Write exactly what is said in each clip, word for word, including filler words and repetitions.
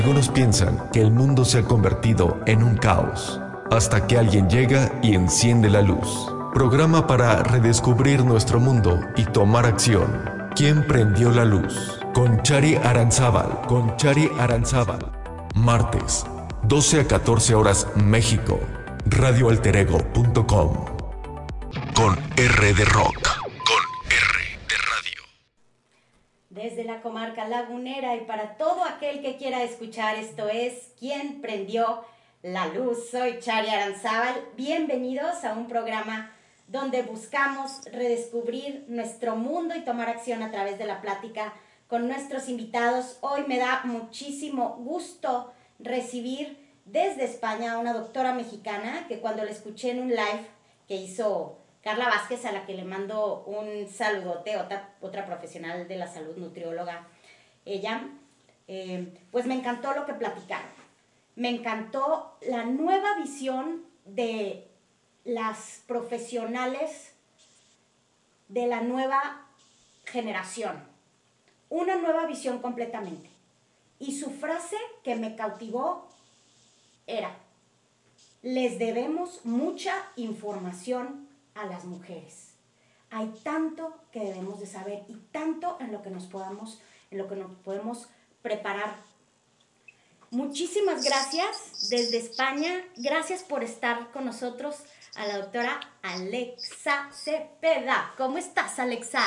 Algunos piensan que el mundo se ha convertido en un caos, hasta que alguien llega y enciende la luz. Programa para redescubrir nuestro mundo y tomar acción. ¿Quién prendió la luz? Con Chari Aranzábal, con Chari Aranzábal. Martes, doce a catorce horas México. radio alter ego punto com. Con R de Rock, con R de Radio. Desde la comarca lagunera y para todo aquel que quiera escuchar, esto es ¿Quién prendió la luz? Soy Chari Aranzábal. Bienvenidos a un programa donde buscamos redescubrir nuestro mundo y tomar acción a través de la plática con nuestros invitados. Hoy me da muchísimo gusto recibir desde España a una doctora mexicana que cuando la escuché en un live que hizo Carla Vázquez, a la que le mando un saludote, otra, otra profesional de la salud, nutrióloga, ella, eh, pues me encantó lo que platicaron. Me encantó la nueva visión de las profesionales de la nueva generación. Una nueva visión completamente. Y su frase que me cautivó era: les debemos mucha información a las mujeres. Hay tanto que debemos de saber y tanto en lo que nos podamos, en lo que nos podemos preparar. Muchísimas gracias desde España. Gracias por estar con nosotros a la doctora Alexa Cepeda. ¿Cómo estás, Alexa?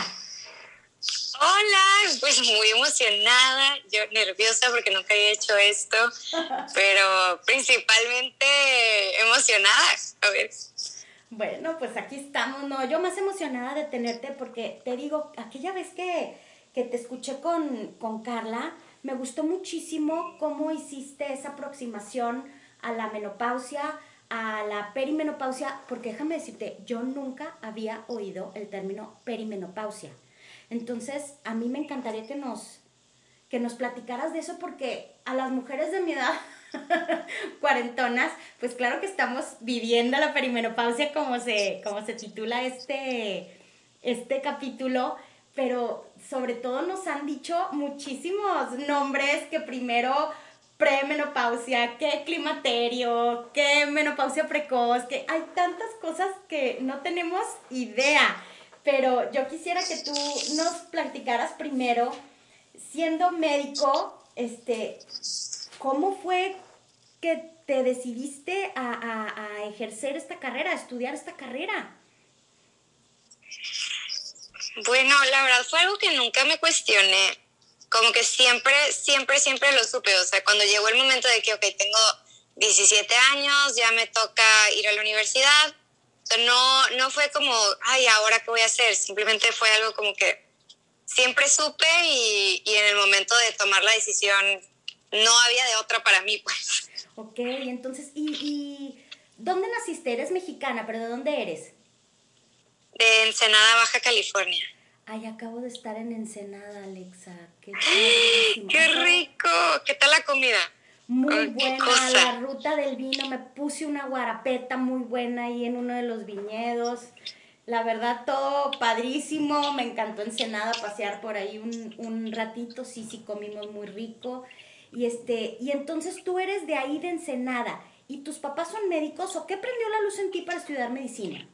Hola, pues muy emocionada, yo nerviosa porque nunca había hecho esto, pero principalmente emocionada. A ver. Bueno, pues aquí estamos, no, yo más emocionada de tenerte porque te digo, aquella vez que, que te escuché con, con Carla, me gustó muchísimo cómo hiciste esa aproximación a la menopausia, a la perimenopausia, porque déjame decirte, yo nunca había oído el término perimenopausia. Entonces, a mí me encantaría que nos, que nos platicaras de eso porque a las mujeres de mi edad cuarentonas, pues claro que estamos viviendo la perimenopausia como se, como se titula este, este capítulo, pero sobre todo nos han dicho muchísimos nombres, que primero premenopausia, que climaterio, que menopausia precoz, que hay tantas cosas que no tenemos idea, pero yo quisiera que tú nos platicaras primero, siendo médico, este, ¿cómo fue que te decidiste a, a, a ejercer esta carrera, a estudiar esta carrera? Bueno, la verdad fue algo que nunca me cuestioné, como que siempre, siempre, siempre lo supe, o sea, cuando llegó el momento de que, ok, tengo diecisiete años, ya me toca ir a la universidad, o sea, no, no fue como, ay, ¿ahora qué voy a hacer? Simplemente fue algo como que siempre supe y, y en el momento de tomar la decisión no había de otra para mí, pues. Ok, entonces, ¿y, y dónde naciste? Eres mexicana, pero ¿de dónde eres? De Ensenada, Baja California. Ay, acabo de estar en Ensenada, Alexa. Qué padrísimo. ¡Qué rico! ¿Qué tal la comida? Muy buena, la ruta del vino. Me puse una guarapeta muy buena ahí en uno de los viñedos. La verdad, todo padrísimo. Me encantó Ensenada, pasear por ahí un, un ratito. Sí, sí, comimos muy rico. Y, este, y entonces tú eres de ahí, de Ensenada. ¿Y tus papás son médicos o qué prendió la luz en ti para estudiar medicina?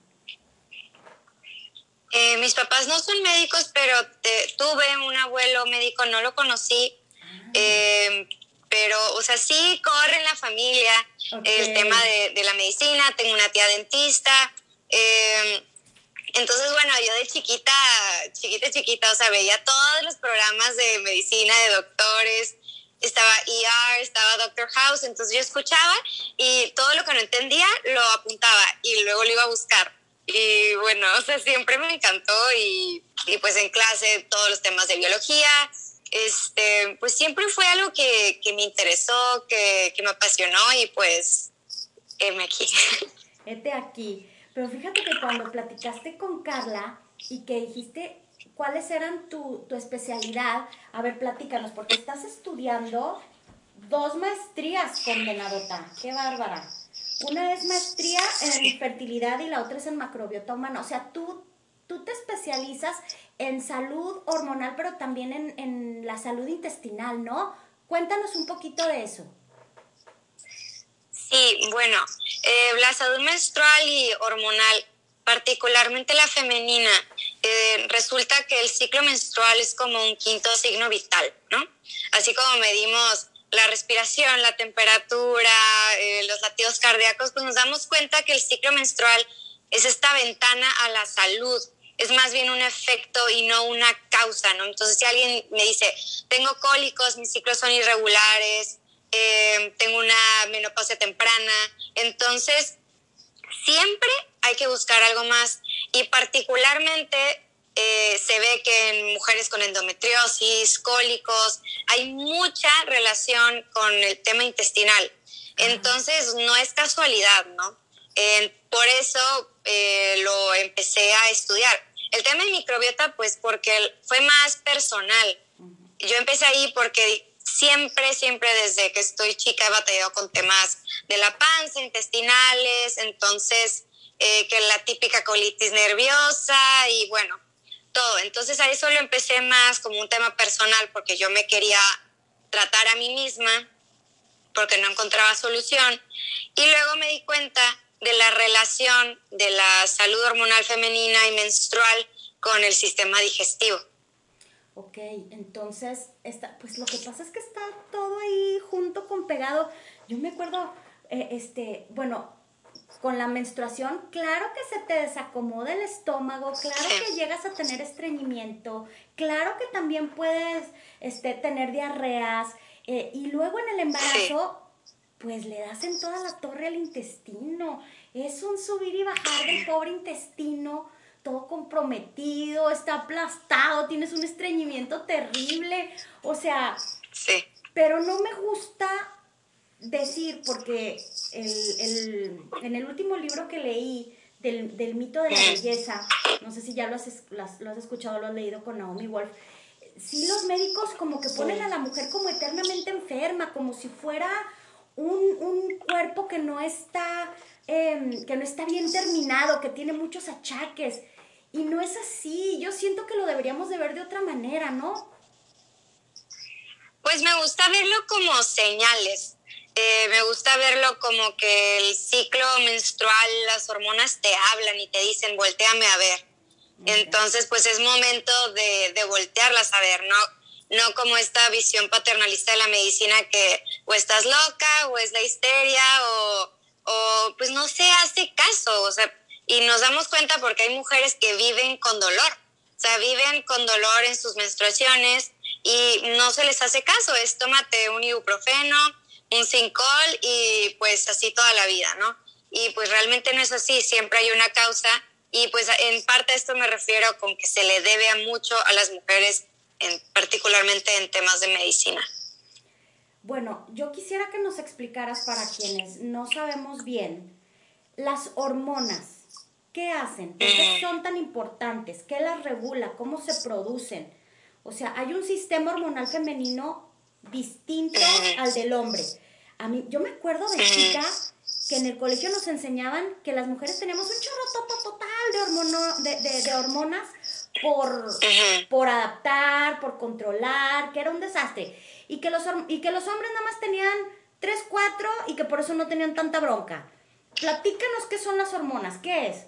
Eh, mis papás no son médicos, pero te, tuve un abuelo médico, no lo conocí. Ah. Eh, pero, o sea, sí corre en la familia okay. el tema de, de la medicina. Tengo una tía dentista. Eh, entonces, bueno, yo de chiquita, chiquita, chiquita, o sea, veía todos los programas de medicina, de doctores. Estaba E R, estaba Doctor House, entonces yo escuchaba y todo lo que no entendía lo apuntaba y luego lo iba a buscar. Y bueno, o sea, siempre me encantó y, y pues en clase todos los temas de biología, este, pues siempre fue algo que, que me interesó, que, que me apasionó y pues, heme aquí. Hete aquí. Pero fíjate que cuando platicaste con Carla y que dijiste cuáles eran tu, tu especialidad, a ver, platícanos, porque estás estudiando dos maestrías, condenadota, qué bárbara. Una es maestría en fertilidad y la otra es en macrobiota humana. O sea, tú, tú te especializas en salud hormonal, pero también en, en la salud intestinal, ¿no? Cuéntanos un poquito de eso. Sí, bueno, eh, la salud menstrual y hormonal, particularmente la femenina, eh, resulta que el ciclo menstrual es como un quinto signo vital, ¿no? Así como medimos la respiración, la temperatura, eh, los latidos cardíacos, pues nos damos cuenta que el ciclo menstrual es esta ventana a la salud, es más bien un efecto y no una causa, ¿no? Entonces, si alguien me dice, tengo cólicos, mis ciclos son irregulares, eh, tengo una menopausia temprana, entonces siempre hay que buscar algo más, y particularmente eh, se ve que en mujeres con endometriosis, cólicos, hay mucha relación con el tema intestinal. Entonces no es casualidad, ¿no? Eh, por eso eh, lo empecé a estudiar. El tema de microbiota, pues porque fue más personal. Yo empecé ahí porque siempre, siempre desde que estoy chica he batallado con temas de la panza, intestinales, entonces eh, que la típica colitis nerviosa y bueno, todo. Entonces a eso lo empecé más como un tema personal porque yo me quería tratar a mí misma porque no encontraba solución, y luego me di cuenta de la relación de la salud hormonal femenina y menstrual con el sistema digestivo. Ok, entonces, está, pues lo que pasa es que está todo ahí junto con pegado. Yo me acuerdo, eh, este, bueno, con la menstruación, claro que se te desacomoda el estómago, claro que llegas a tener estreñimiento, claro que también puedes este, tener diarreas, eh, y luego en el embarazo, pues le das en toda la torre al intestino. Es un subir y bajar del pobre intestino, todo comprometido, está aplastado, tienes un estreñimiento terrible, o sea, sí. Pero no me gusta decir, porque el, el, en el último libro que leí del, del mito de la belleza, no sé si ya lo has, lo has, lo has escuchado, lo has leído con Naomi Wolf, sí, los médicos como que ponen a la mujer como eternamente enferma, como si fuera un, un cuerpo que no está... Eh, que no está bien terminado, que tiene muchos achaques, y no es así. Yo siento que lo deberíamos de ver de otra manera, ¿no? Pues me gusta verlo como señales, eh, me gusta verlo como que el ciclo menstrual, las hormonas te hablan y te dicen, voltéame a ver. Okay. Entonces, pues es momento de, de voltearlas a ver, ¿no? No como esta visión paternalista de la medicina que o estás loca o es la histeria o... o pues no se hace caso, o sea, y nos damos cuenta porque hay mujeres que viven con dolor, o sea, viven con dolor en sus menstruaciones y no se les hace caso, es tómate un ibuprofeno, un Zincol y pues así toda la vida, ¿no? Y pues realmente no es así, siempre hay una causa, y pues en parte a esto me refiero con que se le debe a mucho a las mujeres, en, particularmente en temas de medicina. Bueno, yo quisiera que nos explicaras, para quienes no sabemos bien, las hormonas, ¿qué hacen? ¿Por qué son tan importantes? ¿Qué las regula? ¿Cómo se producen? O sea, hay un sistema hormonal femenino distinto al del hombre. A mí, yo me acuerdo de chica que en el colegio nos enseñaban que las mujeres teníamos un chorro total de, hormono, de, de, de hormonas por, por adaptar, por controlar, que era un desastre. Y que, los, y que los hombres nada más tenían tres, cuatro y que por eso no tenían tanta bronca. Platícanos qué son las hormonas, ¿qué es?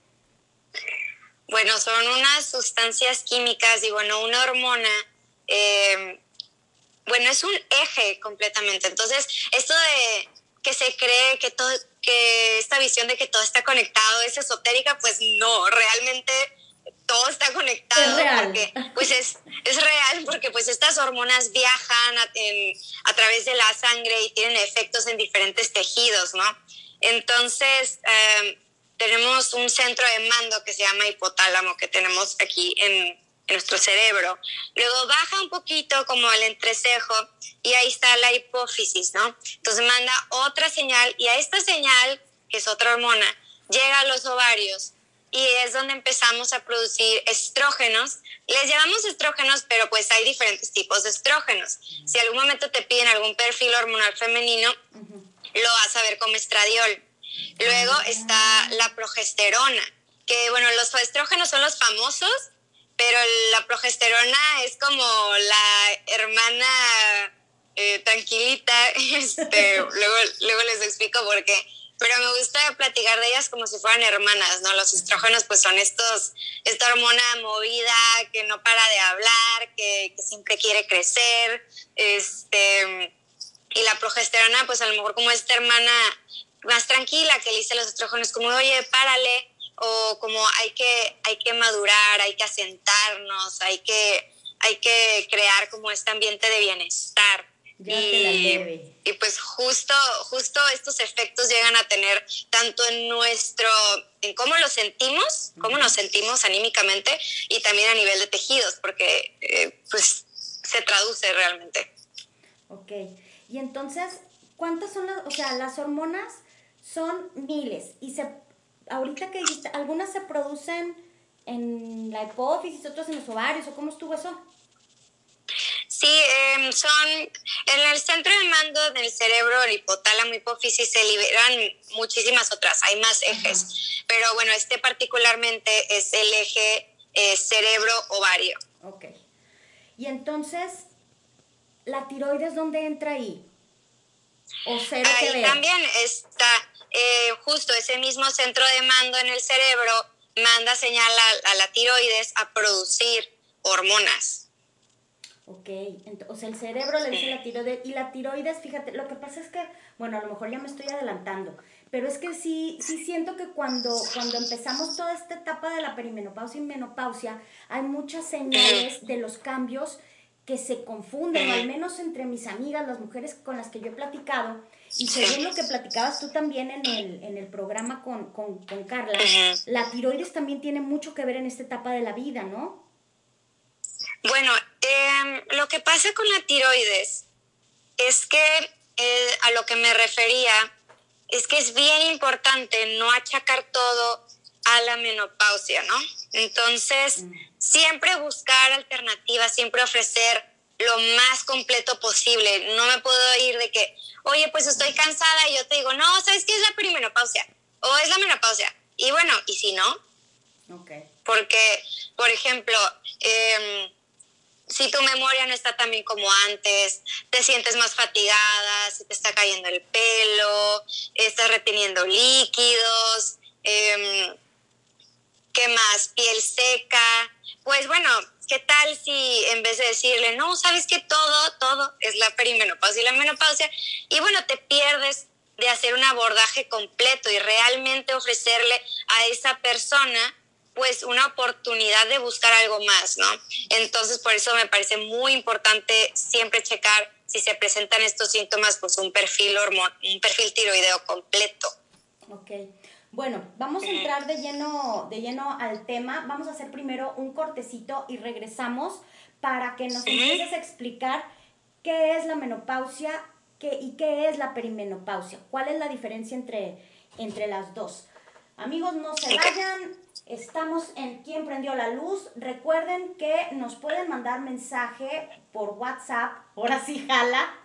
Bueno, son unas sustancias químicas y bueno, una hormona, eh, bueno, es un eje completamente. Entonces, esto de que se cree que todo, que esta visión de que todo está conectado es esotérica, pues no, realmente todo está conectado. Es real. Porque pues es, es real porque pues estas hormonas viajan a, en, a través de la sangre y tienen efectos en diferentes tejidos, ¿no? Entonces, eh, tenemos un centro de mando que se llama hipotálamo, que tenemos aquí en, en nuestro cerebro. Luego baja un poquito como el entrecejo y ahí está la hipófisis, ¿no? Entonces manda otra señal y a esta señal, que es otra hormona, llega a los ovarios y es donde empezamos a producir estrógenos. Les llamamos estrógenos, pero pues hay diferentes tipos de estrógenos. Uh-huh. Si algún momento te piden algún perfil hormonal femenino, uh-huh, lo vas a ver como estradiol. Luego uh-huh. está la progesterona, que bueno, los estrógenos son los famosos, pero la progesterona es como la hermana eh, tranquilita, este, luego, luego les explico por qué. Pero me gusta platicar de ellas como si fueran hermanas, ¿no? Los estrógenos pues son estos, esta hormona movida que no para de hablar, que, que siempre quiere crecer, este, y la progesterona pues a lo mejor como esta hermana más tranquila que le dice a los estrógenos como, oye, párale, o como hay que, hay que madurar, hay que asentarnos, hay que, hay que crear como este ambiente de bienestar. Ya y, te la debe. Y pues justo, justo estos efectos llegan a tener tanto en nuestro, en cómo lo sentimos, uh-huh. cómo nos sentimos anímicamente y también a nivel de tejidos, porque eh, pues se traduce realmente. Ok, y entonces, ¿cuántas son las, o sea, las hormonas son miles y se, ahorita que dijiste, algunas se producen en la hipófisis, otras en los ovarios, ¿o cómo estuvo eso? Sí, eh, son en el centro de mando del cerebro, el hipotálamo, hipófisis, se liberan muchísimas otras, hay más ejes, uh-huh. pero bueno, este particularmente es el eje eh, cerebro-ovario. Ok, y entonces, ¿la tiroides dónde entra ahí? ¿O cero ahí que ver? También está eh, justo ese mismo centro de mando en el cerebro, manda señal a, a la tiroides a producir hormonas. Ok, entonces, o sea, el cerebro le dice la tiroides, y la tiroides, fíjate, lo que pasa es que, bueno, a lo mejor ya me estoy adelantando, pero es que sí, sí siento que cuando, cuando empezamos toda esta etapa de la perimenopausia y menopausia, hay muchas señales de los cambios que se confunden, o al menos entre mis amigas, las mujeres con las que yo he platicado, y según lo que platicabas tú también en el, en el programa con, con, con Carla, la tiroides también tiene mucho que ver en esta etapa de la vida, ¿no? Bueno, eh, lo que pasa con la tiroides es que eh, a lo que me refería es que es bien importante no achacar todo a la menopausia, ¿no? Entonces, mm. siempre buscar alternativas, siempre ofrecer lo más completo posible. No me puedo ir de que, oye, pues estoy cansada y yo te digo, no, ¿sabes qué es la perimenopausia? O es la menopausia. Y bueno, ¿y si no? Okay. Porque, por ejemplo, eh, si tu memoria no está tan bien como antes, te sientes más fatigada, se te está cayendo el pelo, estás reteniendo líquidos, eh, ¿qué más? Piel seca. Pues bueno, ¿qué tal si en vez de decirle, no, sabes que todo, todo es la perimenopausia y la menopausia? Y bueno, te pierdes de hacer un abordaje completo y realmente ofrecerle a esa persona pues una oportunidad de buscar algo más, ¿no? Entonces, por eso me parece muy importante siempre checar si se presentan estos síntomas, pues un perfil hormon, un perfil tiroideo completo. Ok. Bueno, vamos a entrar de lleno, de lleno al tema. Vamos a hacer primero un cortecito y regresamos para que nos empieces a explicar qué es la menopausia qué, y qué es la perimenopausia. ¿Cuál es la diferencia entre, entre las dos? Amigos, no se vayan. Estamos en ¿Quién prendió la luz? Recuerden que nos pueden mandar mensaje por WhatsApp, ahora sí jala,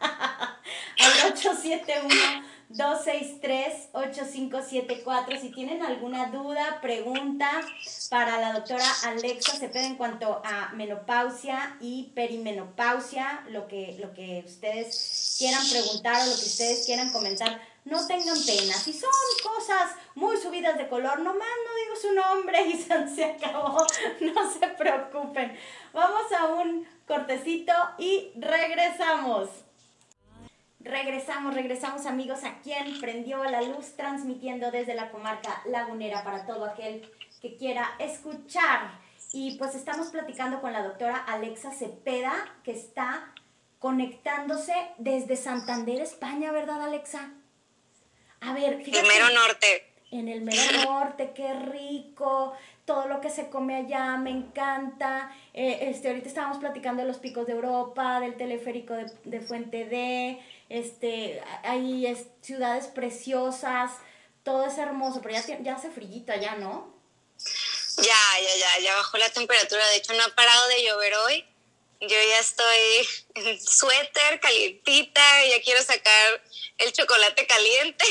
al ocho siete uno, dos seis tres, ocho cinco siete cuatro. Si tienen alguna duda, pregunta para la doctora Alexa Cepeda en cuanto a menopausia y perimenopausia, lo que, lo que ustedes quieran preguntar o lo que ustedes quieran comentar, no tengan pena. Si son cosas muy subidas de color, nomás no digo su nombre y se acabó, no se preocupen. Vamos a un cortecito y regresamos. Regresamos, regresamos amigos a Quien Prendió la Luz, transmitiendo desde la comarca lagunera para todo aquel que quiera escuchar. Y pues estamos platicando con la doctora Alexa Cepeda, que está conectándose desde Santander, España, ¿verdad, Alexa? A ver, fíjate. El mero norte. En el mero norte, qué rico, todo lo que se come allá, me encanta. Eh, este, ahorita estábamos platicando de los picos de Europa, del teleférico de, de Fuente D, este, hay es, ciudades preciosas, todo es hermoso, pero ya, ya hace frillito allá, ¿no? Ya, ya, ya, ya bajó la temperatura, de hecho no ha parado de llover hoy. Yo ya estoy en suéter, calientita, ya quiero sacar el chocolate caliente.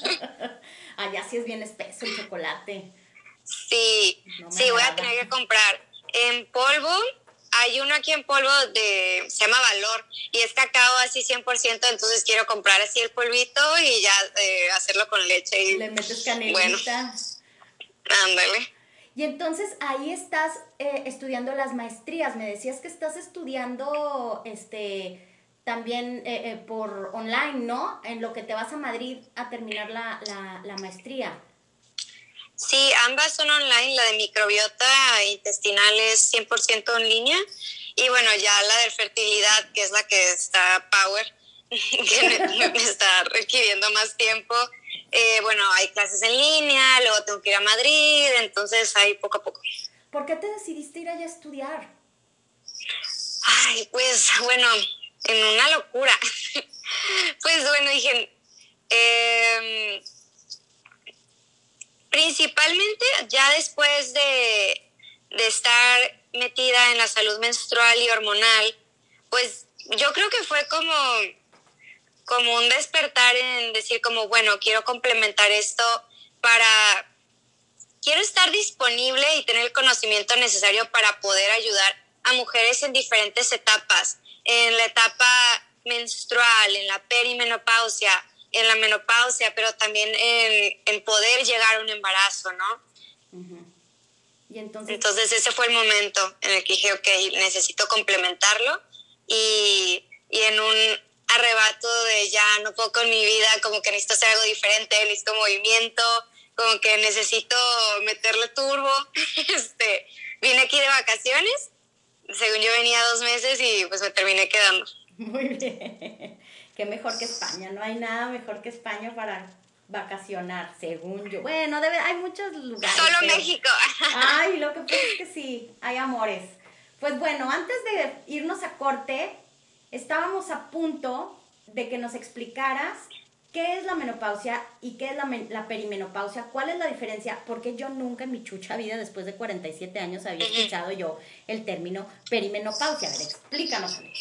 Allá sí es bien espeso el chocolate. Sí, no sí, agrada. Voy a tener que comprar en polvo hay uno aquí en polvo de, se llama Valor, y es cacao así cien por ciento, entonces quiero comprar así el polvito y ya eh, hacerlo con leche. Y, le metes canelita. Bueno, ándale. Y entonces ahí estás eh, estudiando las maestrías. Me decías que estás estudiando este también eh, eh, por online, ¿no? En lo que te vas a Madrid a terminar la, la, la maestría. Sí, ambas son online. La de microbiota intestinal es cien por ciento en línea. Y bueno, ya la de fertilidad, que es la que está power, que me, me está requiriendo más tiempo. Eh, bueno, hay clases en línea, luego tengo que ir a Madrid, entonces ahí poco a poco. ¿Por qué te decidiste ir allá a estudiar? Ay, pues bueno, en una locura. Pues bueno, dije, eh, principalmente ya después de, de estar metida en la salud menstrual y hormonal, pues yo creo que fue como, como un despertar en decir como, bueno, quiero complementar esto para, quiero estar disponible y tener el conocimiento necesario para poder ayudar a mujeres en diferentes etapas, en la etapa menstrual, en la perimenopausia, en la menopausia, pero también en, en poder llegar a un embarazo, ¿no? Uh-huh. Y entonces... entonces ese fue el momento en el que dije, ok, necesito complementarlo, y, y en un arrebato de ya no puedo con mi vida, como que necesito hacer algo diferente, necesito movimiento, como que necesito meterle turbo. este, vine aquí de vacaciones, según yo venía dos meses y pues me terminé quedando. Muy bien. Qué mejor que España, no hay nada mejor que España para vacacionar, según yo. Bueno, debe, hay muchos lugares. Solo pero... México. Ay, lo que pasa es que sí, hay amores. Pues bueno, antes de irnos a corte, estábamos a punto de que nos explicaras qué es la menopausia y qué es la, la perimenopausia, cuál es la diferencia, porque yo nunca en mi chucha vida, después de cuarenta y siete años, había escuchado yo el término perimenopausia. A ver, explícanos, Alex.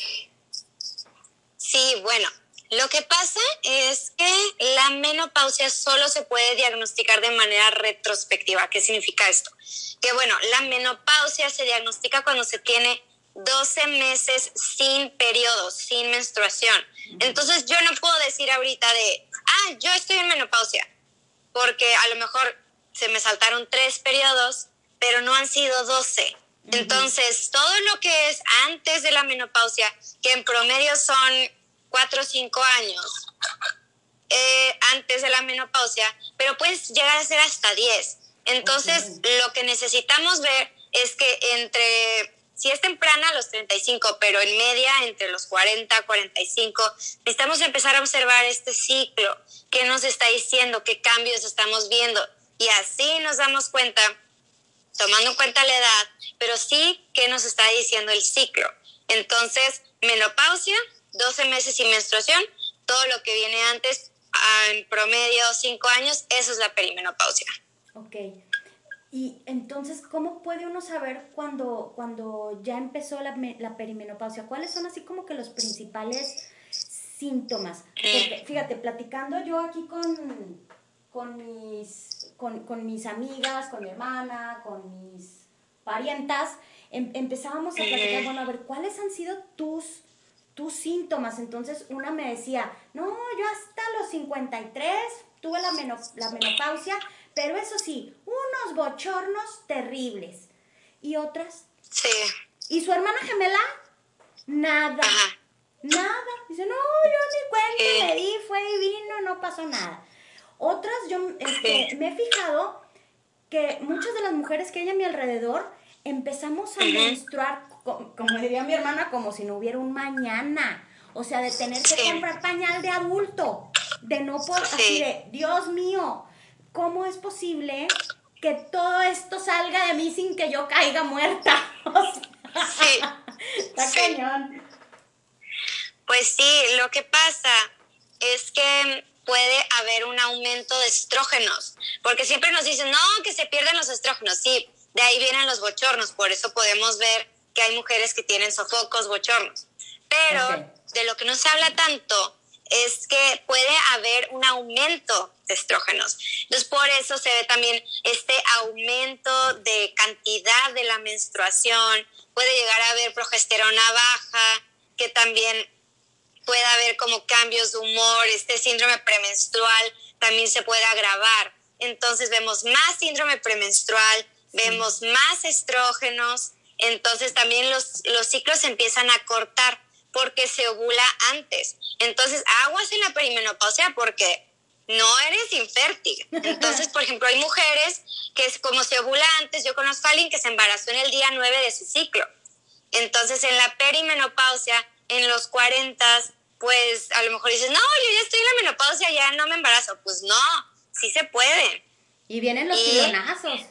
Sí, bueno, lo que pasa es que la menopausia solo se puede diagnosticar de manera retrospectiva. ¿Qué significa esto? Que bueno, la menopausia se diagnostica cuando se tiene doce meses sin periodos, sin menstruación. Entonces yo no puedo decir ahorita de, ah, yo estoy en menopausia, porque a lo mejor se me saltaron tres periodos, pero no han sido doce. Entonces, todo lo que es antes de la menopausia, que en promedio son cuatro o cinco años, eh, antes de la menopausia, pero puedes llegar a ser hasta diez. Entonces, okay, lo que necesitamos ver es que entre, si es temprana a los treinta y cinco, pero en media entre los cuarenta, cuarenta y cinco, necesitamos empezar a observar este ciclo, qué nos está diciendo, qué cambios estamos viendo, y así nos damos cuenta, tomando en cuenta la edad, pero sí qué nos está diciendo el ciclo. Entonces, menopausia, doce meses sin menstruación, todo lo que viene antes, en promedio cinco años, eso es la perimenopausia. Ok. Y entonces, ¿cómo puede uno saber cuando, cuando ya empezó la, la perimenopausia? ¿Cuáles son así como que los principales síntomas? Porque, fíjate, platicando yo aquí con, con, mis, con, con mis amigas, con mi hermana, con mis parientas, em, empezábamos a platicar, bueno, a ver, ¿cuáles han sido tus, tus síntomas? Entonces, una me decía, no, yo hasta los cincuenta y tres tuve la, menop la menopausia, pero eso sí, unos bochornos terribles. Y otras, sí. ¿Y su hermana gemela? Nada. Ajá. Nada. Dice, no, yo ni cuenta sí. me di, fue y vino, no pasó nada. Otras, yo este, sí. me he fijado que muchas de las mujeres que hay a mi alrededor empezamos a uh-huh. menstruar, como, como diría mi hermana, como si no hubiera un mañana. O sea, de tener que sí. comprar pañal de adulto. De no poder, sí. así de, Dios mío, ¿cómo es posible que todo esto salga de mí sin que yo caiga muerta? O sea, sí. Está sí. cañón. Pues sí, lo que pasa es que puede haber un aumento de estrógenos, porque siempre nos dicen, no, que se pierden los estrógenos. Sí, de ahí vienen los bochornos, por eso podemos ver que hay mujeres que tienen sofocos, bochornos. Pero okay. de lo que no se habla tanto es que puede haber un aumento de estrógenos. Entonces, por eso se ve también este aumento de cantidad de la menstruación, puede llegar a haber progesterona baja, que también puede haber como cambios de humor, este síndrome premenstrual también se puede agravar. Entonces, vemos más síndrome premenstrual, sí. vemos más estrógenos, entonces también los, los ciclos se empiezan a cortar porque se ovula antes. Entonces, aguas en la perimenopausia porque no eres infértil. Entonces, por ejemplo, hay mujeres que es como se ovula antes. Yo conozco a alguien que se embarazó en el día nueve de su ciclo. Entonces, en la perimenopausia, en los cuarenta, pues a lo mejor dices, no, yo ya estoy en la menopausia, ya no me embarazo. Pues no, sí se puede. Y vienen los y, pilonazos.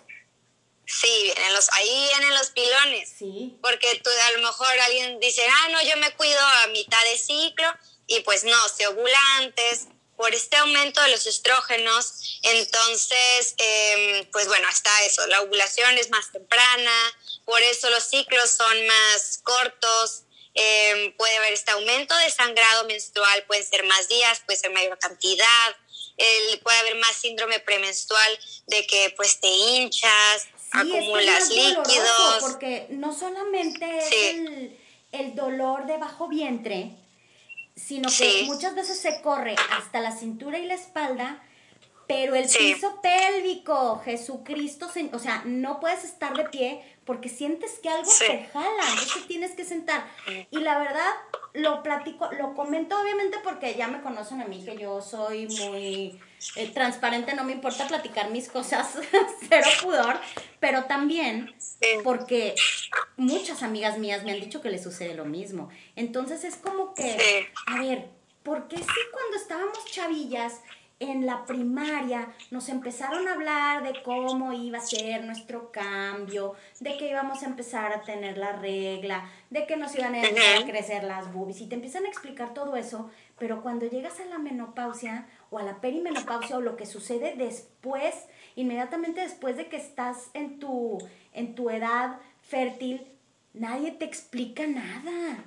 Sí, vienen los, ahí vienen los pilones. Sí. Porque tú, a lo mejor alguien dice, ah, no, yo me cuido a mitad de ciclo. Y pues no, se ovula antes por este aumento de los estrógenos. Entonces, eh, pues bueno, hasta eso, la ovulación es más temprana, por eso los ciclos son más cortos. Eh, puede haber este aumento de sangrado menstrual, pueden ser más días, puede ser mayor cantidad. El, puede haber más síndrome premenstrual de que pues te hinchas, sí, acumulas es que es líquidos. Porque no solamente es sí. el, el dolor de bajo vientre, sino que sí. muchas veces se corre hasta la cintura y la espalda, pero el sí. piso pélvico, Jesucristo, o sea, no puedes estar de pie porque sientes que algo sí. te jala, entonces tienes que sentar. Y la verdad, lo platico, lo comento obviamente porque ya me conocen a mí, que yo soy muy eh, transparente, no me importa platicar mis cosas, cero pudor, pero también porque muchas amigas mías me han dicho que les sucede lo mismo. Entonces es como que, a ver, ¿por qué si cuando estábamos chavillas en la primaria nos empezaron a hablar de cómo iba a ser nuestro cambio, de que íbamos a empezar a tener la regla, de que nos iban a empezar a crecer las boobies, y te empiezan a explicar todo eso, pero cuando llegas a la menopausia o a la perimenopausia o lo que sucede después, inmediatamente después de que estás en tu, en tu edad fértil, nadie te explica nada.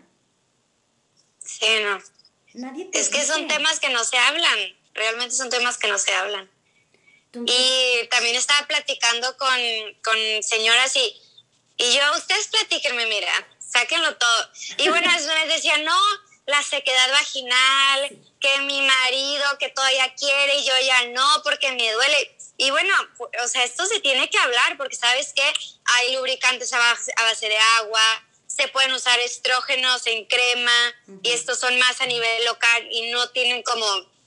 Sí, no. Nadie te es que dice. Son temas que no se hablan. Realmente son temas que no se hablan. Entonces, y también estaba platicando con, con señoras y, y yo, ustedes platíquenme, mira, sáquenlo todo. Y bueno, me decían, no, la sequedad vaginal, sí. que mi marido, que todavía quiere y yo ya no, porque me duele. Y bueno, o sea, esto se tiene que hablar porque, ¿sabes qué? Hay lubricantes a base, a base de agua, se pueden usar estrógenos en crema, uh-huh. y estos son más a nivel local y no tienen como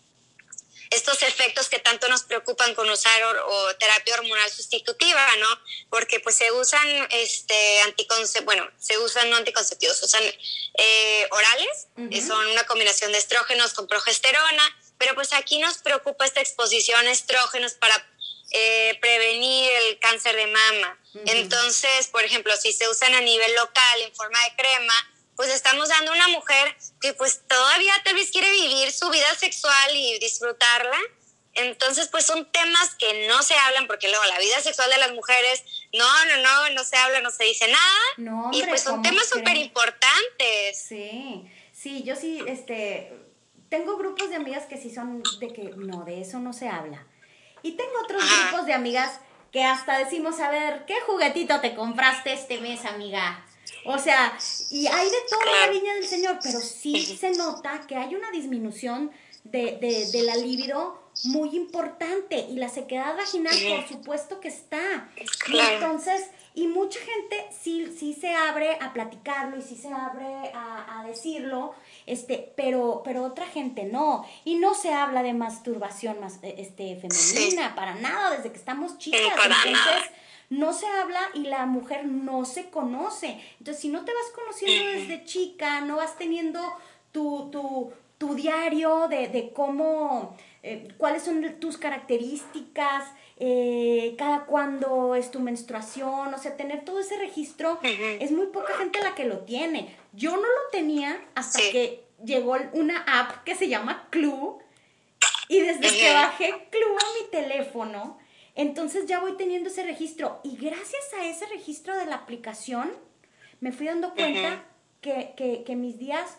estos efectos que tanto nos preocupan con usar o, o terapia hormonal sustitutiva, ¿no? Porque pues se usan este anticonceptivos, bueno, se usan no anticonceptivos, se usan eh, orales, uh-huh. eh, son una combinación de estrógenos con progesterona, pero pues aquí nos preocupa esta exposición a estrógenos para eh, prevenir el cáncer de mama. Uh-huh. Entonces, por ejemplo, si se usan a nivel local en forma de crema, pues estamos dando a una mujer que pues todavía tal vez quiere vivir su vida sexual y disfrutarla. Entonces, pues son temas que no se hablan porque luego la vida sexual de las mujeres, no, no, no, no se habla, no se dice nada. No, hombre, y pues son temas súper importantes. Sí, sí, yo sí, este, tengo grupos de amigas que sí son de que no, de eso no se habla. Y tengo otros Ajá. grupos de amigas que hasta decimos, a ver, ¿qué juguetito te compraste este mes, amiga? O sea, y hay de toda la viña del Señor, pero sí se nota que hay una disminución de, de, de la libido muy importante, y la sequedad vaginal, por supuesto que está. Y entonces, y mucha gente sí, sí se abre a platicarlo y sí se abre a, a decirlo, este, pero, pero otra gente no. Y no se habla de masturbación más, este, femenina, sí. para nada, desde que estamos chicas. Sí, para entonces, nada. No se habla y la mujer no se conoce. Entonces, si no te vas conociendo desde chica, no vas teniendo tu, tu, tu diario de, de cómo, eh, cuáles son tus características, eh, cada cuándo es tu menstruación, o sea, tener todo ese registro, uh-huh. es muy poca gente la que lo tiene. Yo no lo tenía hasta sí. que llegó una app que se llama Clue, y desde uh-huh. que bajé Clue a mi teléfono, entonces ya voy teniendo ese registro, y gracias a ese registro de la aplicación me fui dando cuenta uh-huh. que, que, que mis días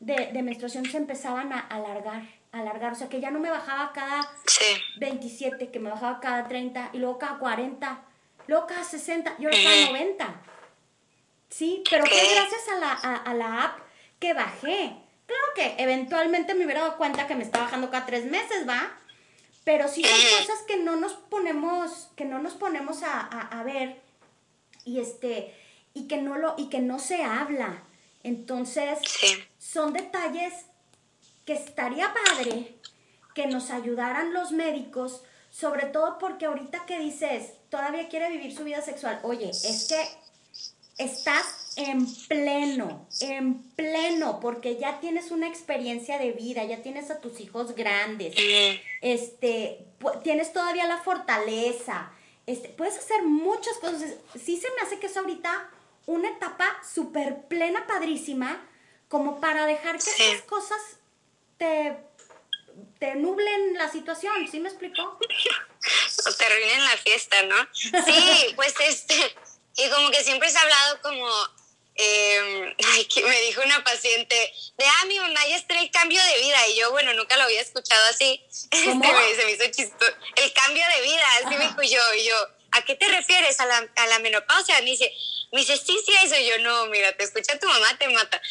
de, de menstruación se empezaban a alargar, alargar, o sea que ya no me bajaba cada sí. veintisiete, que me bajaba cada treinta, y luego cada cuarenta, luego cada sesenta, y ahora cada noventa. Sí, pero fue gracias a la, a, a la app que bajé. Claro que eventualmente me hubiera dado cuenta que me está bajando cada tres meses, ¿va? Pero sí son cosas que no nos ponemos, que no nos ponemos a, a, a ver y este y que no lo y que no se habla. Entonces, sí. son detalles que estaría padre que nos ayudaran los médicos, sobre todo porque ahorita que dices, todavía quiere vivir su vida sexual. Oye, es que estás en pleno, en pleno, porque ya tienes una experiencia de vida, ya tienes a tus hijos grandes, este, tienes todavía la fortaleza, este, puedes hacer muchas cosas. Sí se me hace que es ahorita una etapa súper plena, padrísima, como para dejar que sí. esas cosas te, te nublen la situación, ¿sí me explicó? O te arruinen la fiesta, ¿no? Sí, pues este... Y como que siempre se ha hablado como, eh, ay, que me dijo una paciente, de, ah, mi mamá ya está en el cambio de vida. Y yo, bueno, nunca lo había escuchado así. ¿Cómo? Este, se me hizo chistoso. El cambio de vida, así me dijo yo. Y yo, ¿a qué te refieres? ¿A la, a la menopausia? Me dice, me dice, sí, sí, a eso. Y yo, no, mira, te escucha tu mamá, te mata.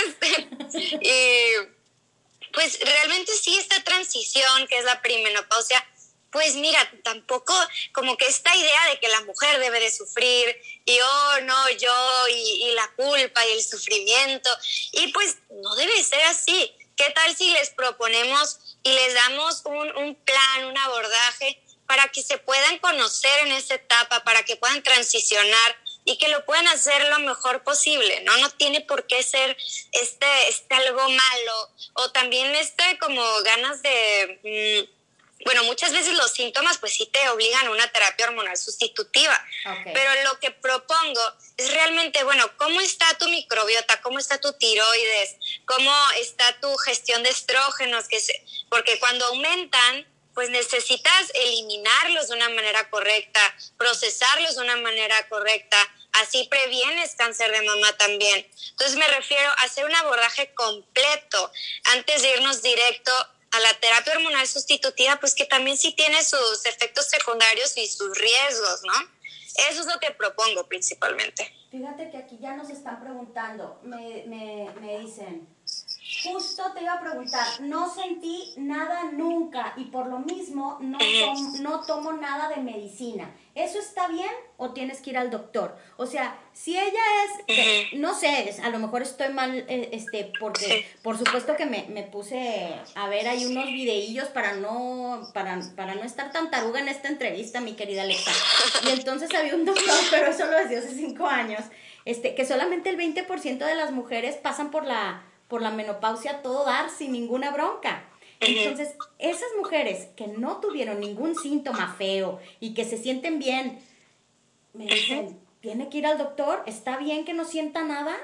Y pues realmente sí, esta transición, que es la perimenopausia, pues mira, tampoco como que esta idea de que la mujer debe de sufrir y oh, no, yo y, y la culpa y el sufrimiento, y pues no debe ser así. ¿Qué tal si les proponemos y les damos un, un plan, un abordaje para que se puedan conocer en esta etapa, para que puedan transicionar y que lo puedan hacer lo mejor posible, ¿no? No tiene por qué ser este, este algo malo, o también este como ganas de... Mmm, bueno, muchas veces los síntomas pues sí te obligan a una terapia hormonal sustitutiva, okay. Pero lo que propongo es realmente, bueno, ¿cómo está tu microbiota? ¿Cómo está tu tiroides? ¿Cómo está tu gestión de estrógenos? Que se, porque cuando aumentan, pues necesitas eliminarlos de una manera correcta, procesarlos de una manera correcta, así previenes cáncer de mama también. Entonces me refiero a hacer un abordaje completo antes de irnos directo a la terapia hormonal sustitutiva, pues que también sí tiene sus efectos secundarios y sus riesgos, ¿no? Eso es lo que propongo principalmente. Fíjate que aquí ya nos están preguntando, me, me, me dicen, justo te iba a preguntar, no sentí nada nunca y por lo mismo no, tom, no tomo nada de medicina. ¿Eso está bien o tienes que ir al doctor? O sea, si ella es, de, no sé, a lo mejor estoy mal, eh, este, porque sí. Por supuesto que me, me puse a ver ahí unos videillos para no, para, para no estar tan taruga en esta entrevista, mi querida Alexa. Y entonces había un doctor, pero eso lo decía hace cinco años, este, que solamente el veinte por ciento de las mujeres pasan por la, por la menopausia a todo dar sin ninguna bronca. Entonces, esas mujeres que no tuvieron ningún síntoma feo y que se sienten bien, me dicen, ¿tiene que ir al doctor? ¿Está bien que no sienta nada?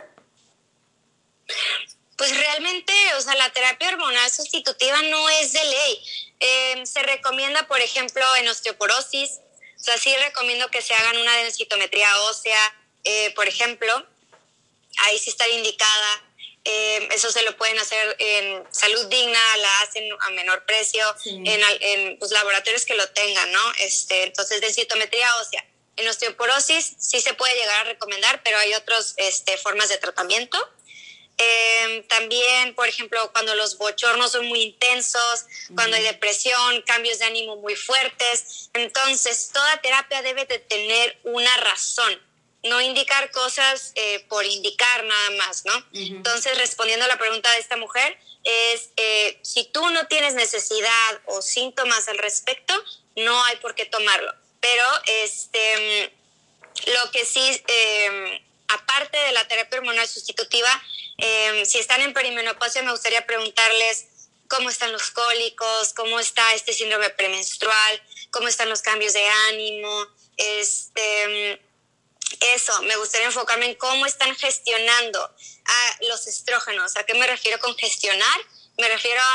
Pues realmente, o sea, la terapia hormonal sustitutiva no es de ley. Eh, se recomienda, por ejemplo, en osteoporosis. O sea, sí recomiendo que se hagan una densitometría ósea, eh, por ejemplo. Ahí sí está indicada. Eh, eso se lo pueden hacer en Salud Digna, la hacen a menor precio, sí. en, en pues, laboratorios que lo tengan, ¿no? Este, entonces, densitometría ósea. En osteoporosis sí se puede llegar a recomendar, pero hay otras este, formas de tratamiento. Eh, también, por ejemplo, cuando los bochornos son muy intensos, uh-huh. cuando hay depresión, cambios de ánimo muy fuertes. Entonces, toda terapia debe de tener una razón. No indicar cosas eh, por indicar nada más, ¿no? Uh-huh. Entonces, respondiendo a la pregunta de esta mujer, es eh, si tú no tienes necesidad o síntomas al respecto, no hay por qué tomarlo. Pero este, lo que sí, eh, aparte de la terapia hormonal sustitutiva, eh, si están en perimenopausia, me gustaría preguntarles cómo están los cólicos, cómo está este síndrome premenstrual, cómo están los cambios de ánimo, este... Eso, me gustaría enfocarme en cómo están gestionando a los estrógenos. ¿A qué me refiero con gestionar? Me refiero a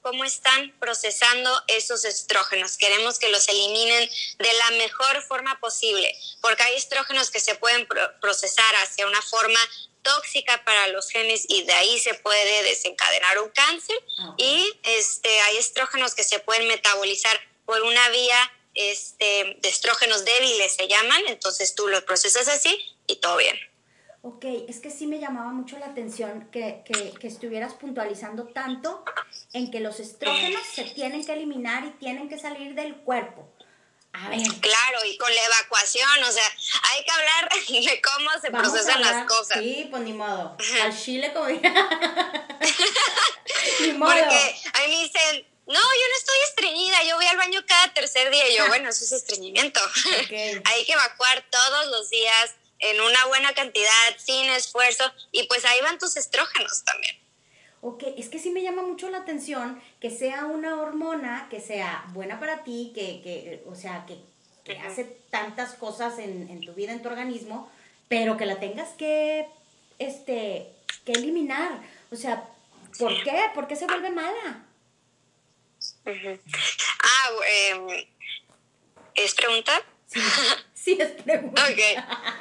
cómo están procesando esos estrógenos. Queremos que los eliminen de la mejor forma posible, porque hay estrógenos que se pueden pro- procesar hacia una forma tóxica para los genes y de ahí se puede desencadenar un cáncer. Okay. Y este, hay estrógenos que se pueden metabolizar por una vía este, de estrógenos débiles, se llaman, entonces tú los procesas así y todo bien. Ok, es que sí me llamaba mucho la atención que, que, que estuvieras puntualizando tanto en que los estrógenos se tienen que eliminar y tienen que salir del cuerpo. A ver. Claro, y con la evacuación, o sea, hay que hablar de cómo se Vamos procesan las cosas. Sí, pues ni modo. Al chile como ni modo. Porque a mí me dicen, no, yo no estoy estreñida, yo voy al baño cada tercer día. Y yo, bueno, eso es estreñimiento. Okay. Hay que evacuar todos los días en una buena cantidad, sin esfuerzo, y pues ahí van tus estrógenos también. Ok, es que sí me llama mucho la atención que sea una hormona que sea buena para ti, que, que o sea, que, que uh-huh. hace tantas cosas en, en tu vida, en tu organismo, pero que la tengas que, este, que eliminar. O sea, ¿por sí. qué? ¿Por qué se vuelve mala? Uh-huh. Ah, eh, ¿es pregunta? Sí, sí es pregunta. Ok.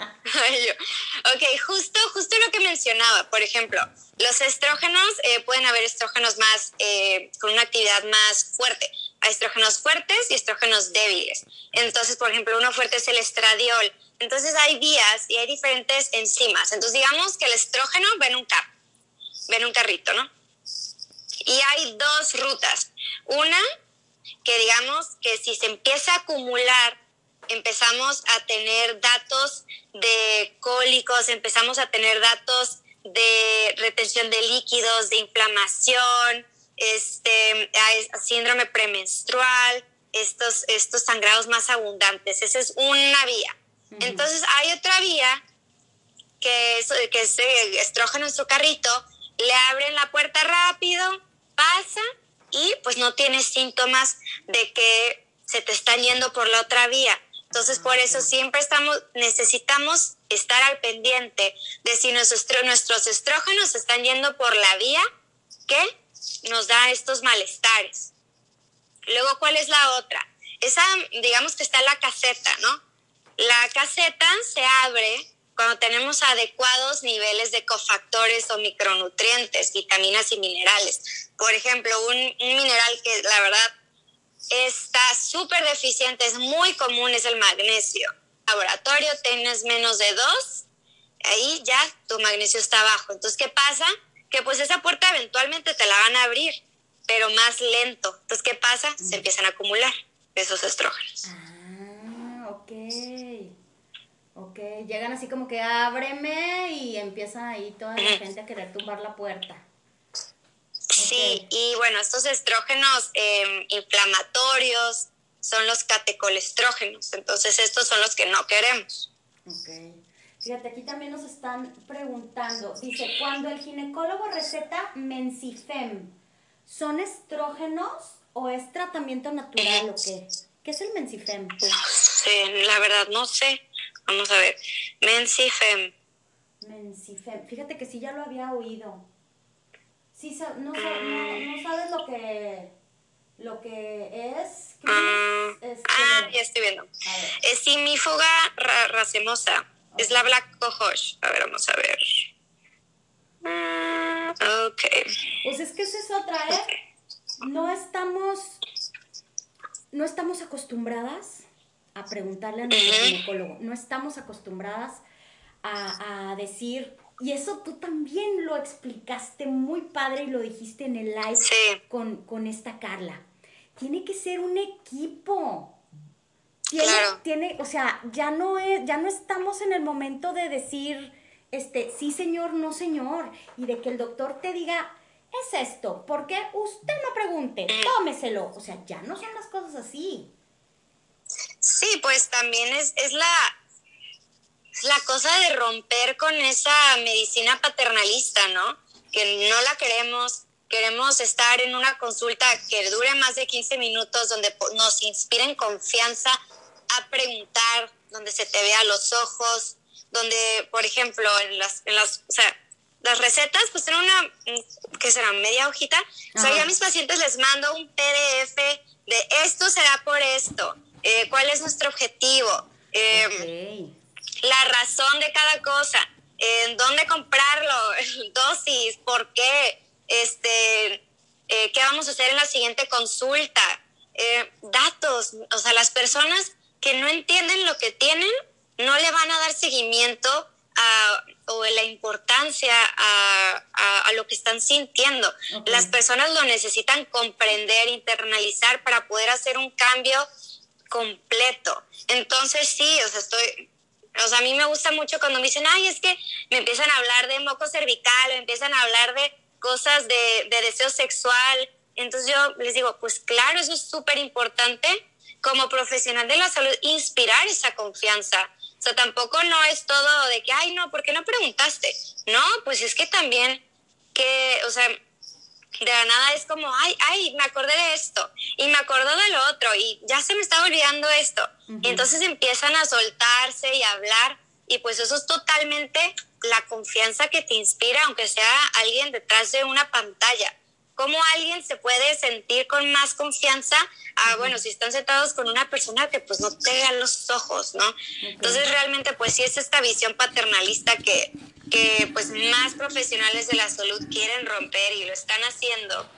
Ok, justo, justo lo que mencionaba, por ejemplo, los estrógenos, eh, pueden haber estrógenos más, eh, con una actividad más fuerte. Hay estrógenos fuertes y estrógenos débiles. Entonces, por ejemplo, uno fuerte es el estradiol. Entonces hay vías y hay diferentes enzimas. Entonces, digamos que el estrógeno va en un carro, va en un carrito, ¿no? Y hay dos rutas. Una, que digamos que si se empieza a acumular, empezamos a tener datos de cólicos, empezamos a tener datos de retención de líquidos, de inflamación, este, síndrome premenstrual, estos, estos sangrados más abundantes. Esa es una vía. Uh-huh. Entonces hay otra vía que es, que es estrógeno en su carrito, le abren la puerta rápido, pasa y pues no tienes síntomas de que se te están yendo por la otra vía. Entonces, por eso siempre estamos, necesitamos estar al pendiente de si nuestros, nuestros estrógenos están yendo por la vía que nos da estos malestares. Luego, ¿cuál es la otra? Esa, digamos que está la caseta, ¿no? La caseta se abre cuando tenemos adecuados niveles de cofactores o micronutrientes, vitaminas y minerales. Por ejemplo, un, un mineral que la verdad está súper deficiente, es muy común, es el magnesio. Laboratorio, tienes menos de dos, ahí ya tu magnesio está bajo. Entonces, ¿qué pasa? Que pues esa puerta eventualmente te la van a abrir, pero más lento. Entonces, ¿qué pasa? Mm. Se empiezan a acumular esos estrógenos. Ah, ok. Ok, llegan así como que ábreme y empieza ahí toda la mm. gente a querer tumbar la puerta. Sí, okay. Y bueno, estos estrógenos eh, inflamatorios son los catecolestrógenos, entonces estos son los que no queremos. Ok. Fíjate, aquí también nos están preguntando, dice, cuando el ginecólogo receta Mensifem, ¿son estrógenos o es tratamiento natural o qué? ¿Qué es el Mensifem? No sé, la verdad no sé. Vamos a ver, Mensifem. Mensifem, fíjate que sí ya lo había oído. Sí, no, no, no sabes lo que, lo que es. ¿Qué uh, es? Este, ah, ya estoy viendo. Es simífuga ra racemosa. Okay. Es la Black Cohosh. A ver, vamos a ver. Uh, ok. Pues es que esa es otra, ¿eh? Okay. No estamos, no estamos acostumbradas a preguntarle a nuestro uh-huh. ginecólogo. No estamos acostumbradas a, a decir... Y eso tú también lo explicaste muy padre y lo dijiste en el live sí. con, con esta Carla. Tiene que ser un equipo. Tiene, claro. tiene, o sea, ya no es, ya no estamos en el momento de decir, este, sí señor, no señor, y de que el doctor te diga, es esto, porque usted no pregunte, tómeselo. O sea, ya no son las cosas así. Sí, pues también es, es la... la cosa de romper con esa medicina paternalista, ¿no? Que no la queremos, queremos estar en una consulta que dure más de quince minutos, donde nos inspiren confianza a preguntar, donde se te vea los ojos, donde, por ejemplo, en las, en las, o sea, las recetas, pues tienen una, ¿qué será? Media hojita. O sea, ya a mis pacientes les mando un P D F de esto será por esto, eh, cuál es nuestro objetivo, eh, okay. la razón de cada cosa, eh, dónde comprarlo, dosis, por qué, este, eh, qué vamos a hacer en la siguiente consulta, eh, datos. O sea, las personas que no entienden lo que tienen no le van a dar seguimiento a, o la importancia a, a, a lo que están sintiendo. Okay. Las personas lo necesitan comprender, internalizar para poder hacer un cambio completo. Entonces sí, o sea, estoy... O sea, a mí me gusta mucho cuando me dicen, ay, es que me empiezan a hablar de moco cervical, me empiezan a hablar de cosas de, de deseo sexual. Entonces yo les digo, pues claro, eso es súper importante como profesional de la salud, inspirar esa confianza. O sea, tampoco no es todo de que, ay, no, ¿por qué no preguntaste? No, pues es que también que, o sea, de la nada es como, ay, ay, me acordé de esto y me acordó de lo otro y ya se me estaba olvidando esto. Uh-huh. Y entonces empiezan a soltarse y a hablar y pues eso es totalmente la confianza que te inspira, aunque sea alguien detrás de una pantalla. ¿Cómo alguien se puede sentir con más confianza? Ah, uh-huh. Bueno, si están sentados con una persona que pues no te vea los ojos, ¿no? Okay. Entonces realmente pues sí es esta visión paternalista que, que pues más profesionales de la salud quieren romper y lo están haciendo.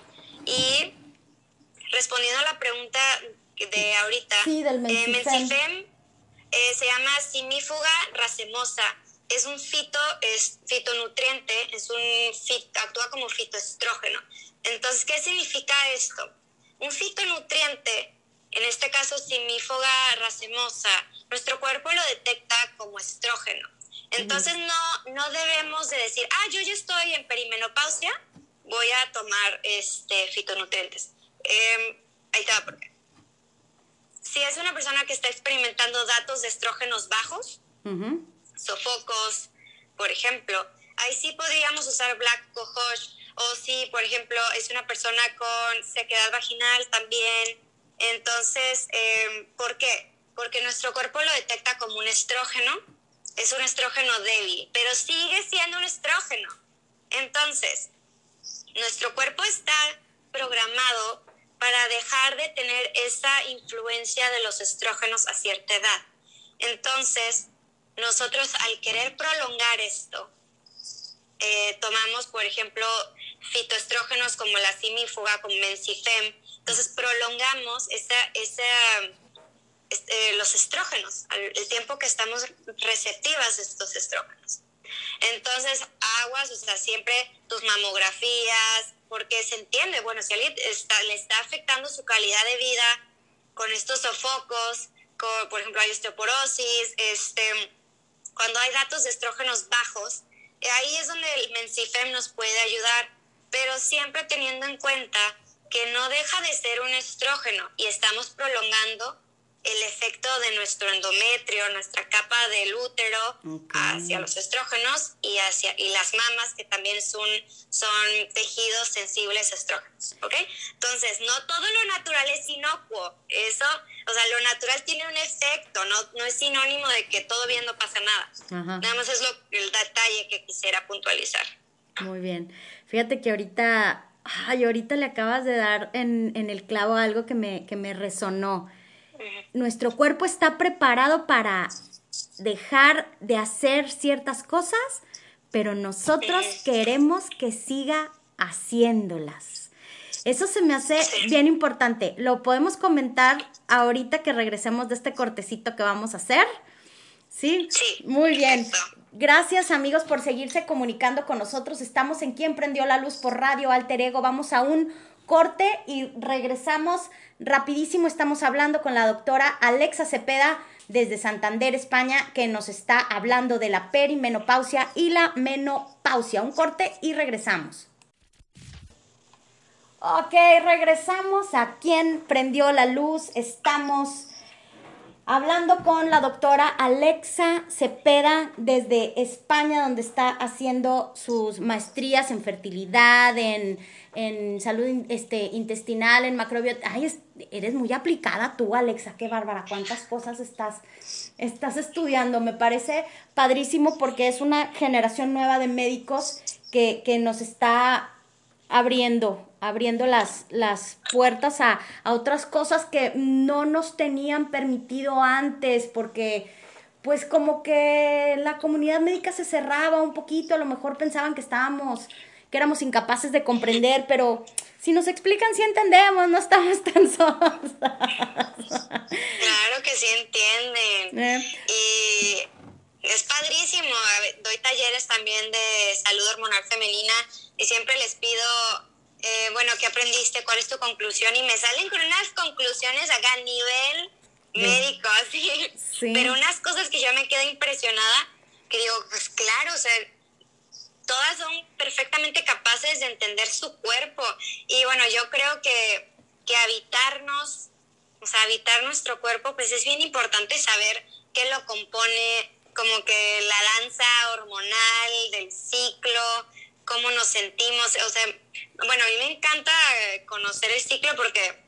Y respondiendo a la pregunta de ahorita, sí, del Mencifem, eh, Mencifem eh, se llama Simifuga racemosa. Es un fito, es fitonutriente, es un fit, actúa como fitoestrógeno. Entonces, ¿qué significa esto? Un fitonutriente, en este caso Simifuga racemosa, nuestro cuerpo lo detecta como estrógeno. Entonces, uh-huh. no, no debemos de decir, ah, yo ya estoy en perimenopausia, voy a tomar este, fitonutrientes. Eh, ahí te va por qué. Si es una persona que está experimentando datos de estrógenos bajos, uh-huh. sofocos, por ejemplo, ahí sí podríamos usar Black Cohosh, o si, por ejemplo, es una persona con sequedad vaginal también. Entonces, eh, ¿por qué? Porque nuestro cuerpo lo detecta como un estrógeno, es un estrógeno débil, pero sigue siendo un estrógeno. Entonces, nuestro cuerpo está programado para dejar de tener esa influencia de los estrógenos a cierta edad. Entonces, nosotros al querer prolongar esto, eh, tomamos, por ejemplo, fitoestrógenos como la simifuga, como Mencifem. Entonces, prolongamos esa, esa, este, los estrógenos, el tiempo que estamos receptivas de estos estrógenos. Entonces, aguas, o sea, siempre tus mamografías, porque se entiende, bueno, si alguien está, le está afectando su calidad de vida con estos sofocos, con, por ejemplo, hay osteoporosis, este, cuando hay datos de estrógenos bajos, ahí es donde el Mencifem nos puede ayudar, pero siempre teniendo en cuenta que no deja de ser un estrógeno y estamos prolongando el efecto de nuestro endometrio, nuestra capa del útero, okay. hacia los estrógenos y hacia y las mamas, que también son, son tejidos sensibles a estrógenos, ¿ok? Entonces, no todo lo natural es inocuo. Eso, o sea, lo natural tiene un efecto, no, no es sinónimo de que todo bien no pasa nada. Ajá. Nada más es lo, el detalle que quisiera puntualizar. Muy bien. Fíjate que ahorita, ay, ahorita le acabas de dar en, en el clavo algo que me, que me resonó. Nuestro cuerpo está preparado para dejar de hacer ciertas cosas, pero nosotros queremos que siga haciéndolas. Eso se me hace bien importante. Lo podemos comentar ahorita que regresemos de este cortecito que vamos a hacer. ¿Sí? Sí. Muy bien. Gracias, amigos, por seguirse comunicando con nosotros. Estamos en Quién Prendió la Luz por Radio Alter Ego. Vamos a un corte y regresamos rapidísimo. Estamos hablando con la doctora Alexa Cepeda desde Santander, España, que nos está hablando de la perimenopausia y la menopausia. Un corte y regresamos. Ok, regresamos a Quién Prendió la Luz. Estamos hablando con la doctora Alexa Cepeda desde España, donde está haciendo sus maestrías en fertilidad, en, en salud este, intestinal, en macrobiota. Ay, es, eres muy aplicada tú, Alexa, qué bárbara, cuántas cosas estás, estás estudiando. Me parece padrísimo porque es una generación nueva de médicos que, que nos está abriendo, abriendo las, las puertas a, a otras cosas que no nos tenían permitido antes, porque pues como que la comunidad médica se cerraba un poquito, a lo mejor pensaban que estábamos, que éramos incapaces de comprender, pero si nos explican, sí entendemos, no estamos tan solos. Claro que sí entienden. Eh. Y es padrísimo. Doy talleres también de salud hormonal femenina y siempre les pido, eh, bueno, ¿qué aprendiste? ¿Cuál es tu conclusión? Y me salen con unas conclusiones acá a nivel sí. médico, así. Sí. Pero unas cosas que yo me quedo impresionada, que digo, pues claro, o sea, todas son perfectamente capaces de entender su cuerpo. Y bueno, yo creo que, que habitarnos, o sea, habitar nuestro cuerpo, pues es bien importante saber qué lo compone, como que la danza hormonal del ciclo, cómo nos sentimos. O sea, bueno, a mí me encanta conocer el ciclo porque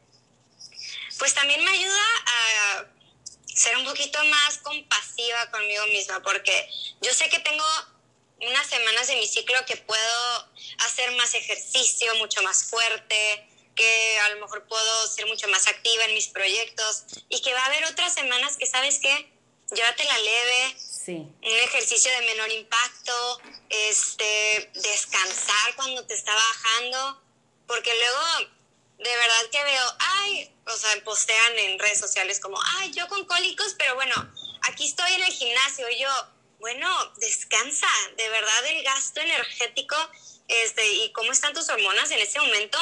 pues también me ayuda a ser un poquito más compasiva conmigo misma, porque yo sé que tengo unas semanas de mi ciclo que puedo hacer más ejercicio, mucho más fuerte, que a lo mejor puedo ser mucho más activa en mis proyectos, y que va a haber otras semanas que, ¿sabes qué? Llévatela leve, sí. un ejercicio de menor impacto, este, descansar cuando te está bajando, porque luego de verdad que veo, ay, o sea, postean en redes sociales como, ay, yo con cólicos, pero bueno, aquí estoy en el gimnasio, y yo, bueno, descansa, de verdad el gasto energético, este, y cómo están tus hormonas en ese momento,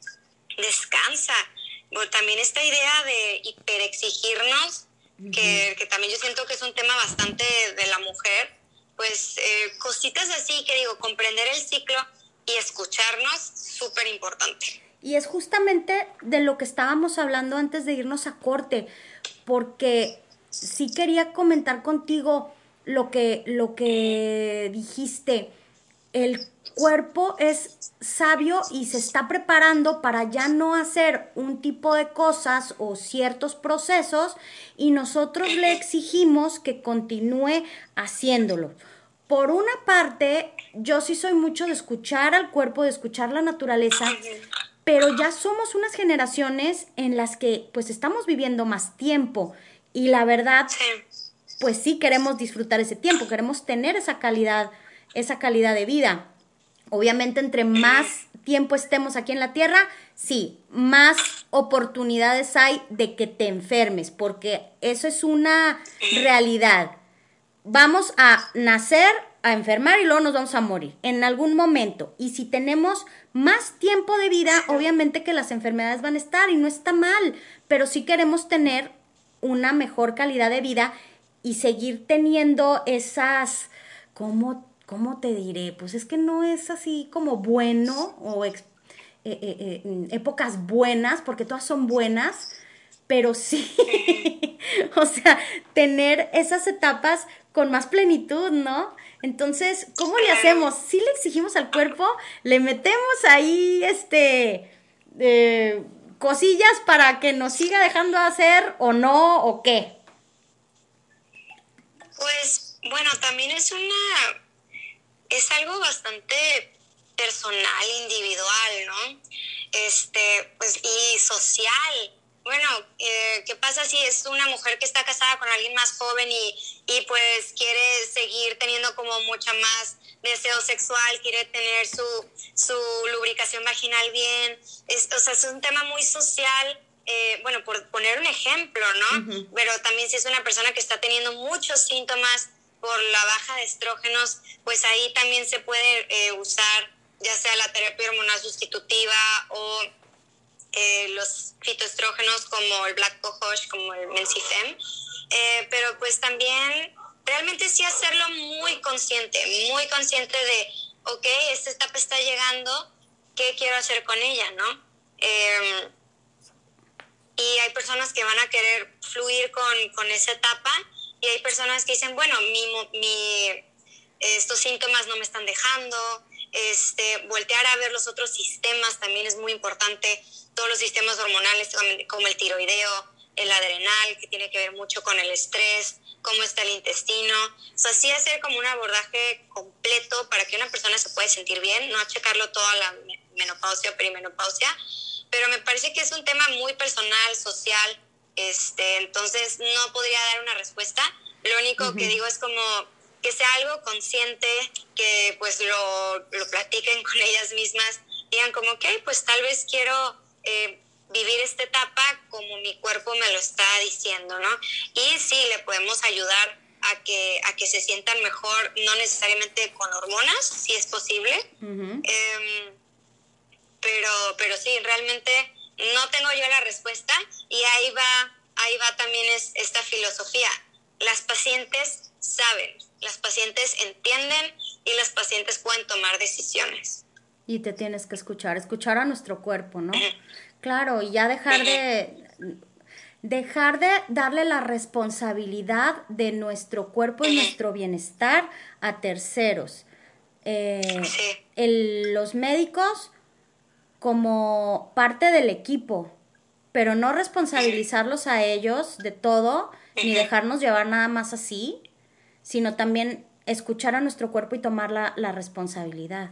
descansa. Bueno, también esta idea de hiperexigirnos, uh-huh. que, que también yo siento que es un tema bastante de la mujer, pues eh, cositas así que digo, comprender el ciclo y escucharnos, súper importante. Y es justamente de lo que estábamos hablando antes de irnos a corte, porque sí quería comentar contigo lo que, lo que dijiste. El cuerpo es sabio y se está preparando para ya no hacer un tipo de cosas o ciertos procesos, y nosotros le exigimos que continúe haciéndolo. Por una parte, yo sí soy mucho de escuchar al cuerpo, de escuchar la naturaleza, pero ya somos unas generaciones en las que pues estamos viviendo más tiempo, y la verdad, pues sí queremos disfrutar ese tiempo, queremos tener esa calidad, esa calidad de vida. Obviamente, entre más tiempo estemos aquí en la tierra, sí, más oportunidades hay de que te enfermes, porque eso es una realidad. Vamos a nacer, a enfermar y luego nos vamos a morir en algún momento. Y si tenemos más tiempo de vida, obviamente que las enfermedades van a estar, y no está mal, pero sí queremos tener una mejor calidad de vida y seguir teniendo esas, ¿cómo, cómo te diré? Pues es que no es así como bueno o ex, eh, eh, eh, épocas buenas, porque todas son buenas, pero sí, o sea, tener esas etapas con más plenitud, ¿no? Entonces, ¿cómo le hacemos? ¿Sí le exigimos al cuerpo? ¿Le metemos ahí, este, eh, cosillas para que nos siga dejando hacer o no, o qué? Pues, bueno, también es una, es algo bastante personal, individual, ¿no? Este, pues, y social. Bueno, eh, ¿qué pasa si es una mujer que está casada con alguien más joven y, y pues quiere seguir teniendo como mucha más deseo sexual, quiere tener su, su lubricación vaginal bien? Es, o sea, es un tema muy social, eh, bueno, por poner un ejemplo, ¿no? Uh-huh. Pero también si es una persona que está teniendo muchos síntomas por la baja de estrógenos, pues ahí también se puede eh, usar ya sea la terapia hormonal sustitutiva o Eh, los fitoestrógenos como el Black Cohosh, como el Mencifem, eh, pero pues también realmente sí hacerlo muy consciente, muy consciente de, ok, esta etapa está llegando, ¿qué quiero hacer con ella, no? Eh, y hay personas que van a querer fluir con, con esa etapa, y hay personas que dicen, bueno, mi, mi, estos síntomas no me están dejando. Este, voltear a ver los otros sistemas también es muy importante, todos los sistemas hormonales como el tiroideo, el adrenal, que tiene que ver mucho con el estrés, cómo está el intestino. O sea, sí hacer como un abordaje completo para que una persona se pueda sentir bien, no checarlo toda la menopausia o perimenopausia, pero me parece que es un tema muy personal, social, este, entonces no podría dar una respuesta. Lo único uh-huh. que digo es como que sea algo consciente, que pues lo, lo platiquen con ellas mismas, digan como, ok, pues tal vez quiero eh, vivir esta etapa como mi cuerpo me lo está diciendo, ¿no? Y sí, le podemos ayudar a que, a que se sientan mejor, no necesariamente con hormonas, si es posible, uh-huh. eh, pero, pero sí, realmente no tengo yo la respuesta, y ahí va, ahí va también es esta filosofía. Las pacientes saben, las pacientes entienden y las pacientes pueden tomar decisiones. Y te tienes que escuchar, escuchar a nuestro cuerpo, ¿no? Uh-huh. Claro, y ya dejar uh-huh. de, dejar de darle la responsabilidad de nuestro cuerpo y uh-huh. nuestro bienestar a terceros. Eh, sí. el, los médicos como parte del equipo, pero no responsabilizarlos a ellos de todo, uh-huh. ni dejarnos llevar nada más así, sino también escuchar a nuestro cuerpo y tomar la, la responsabilidad.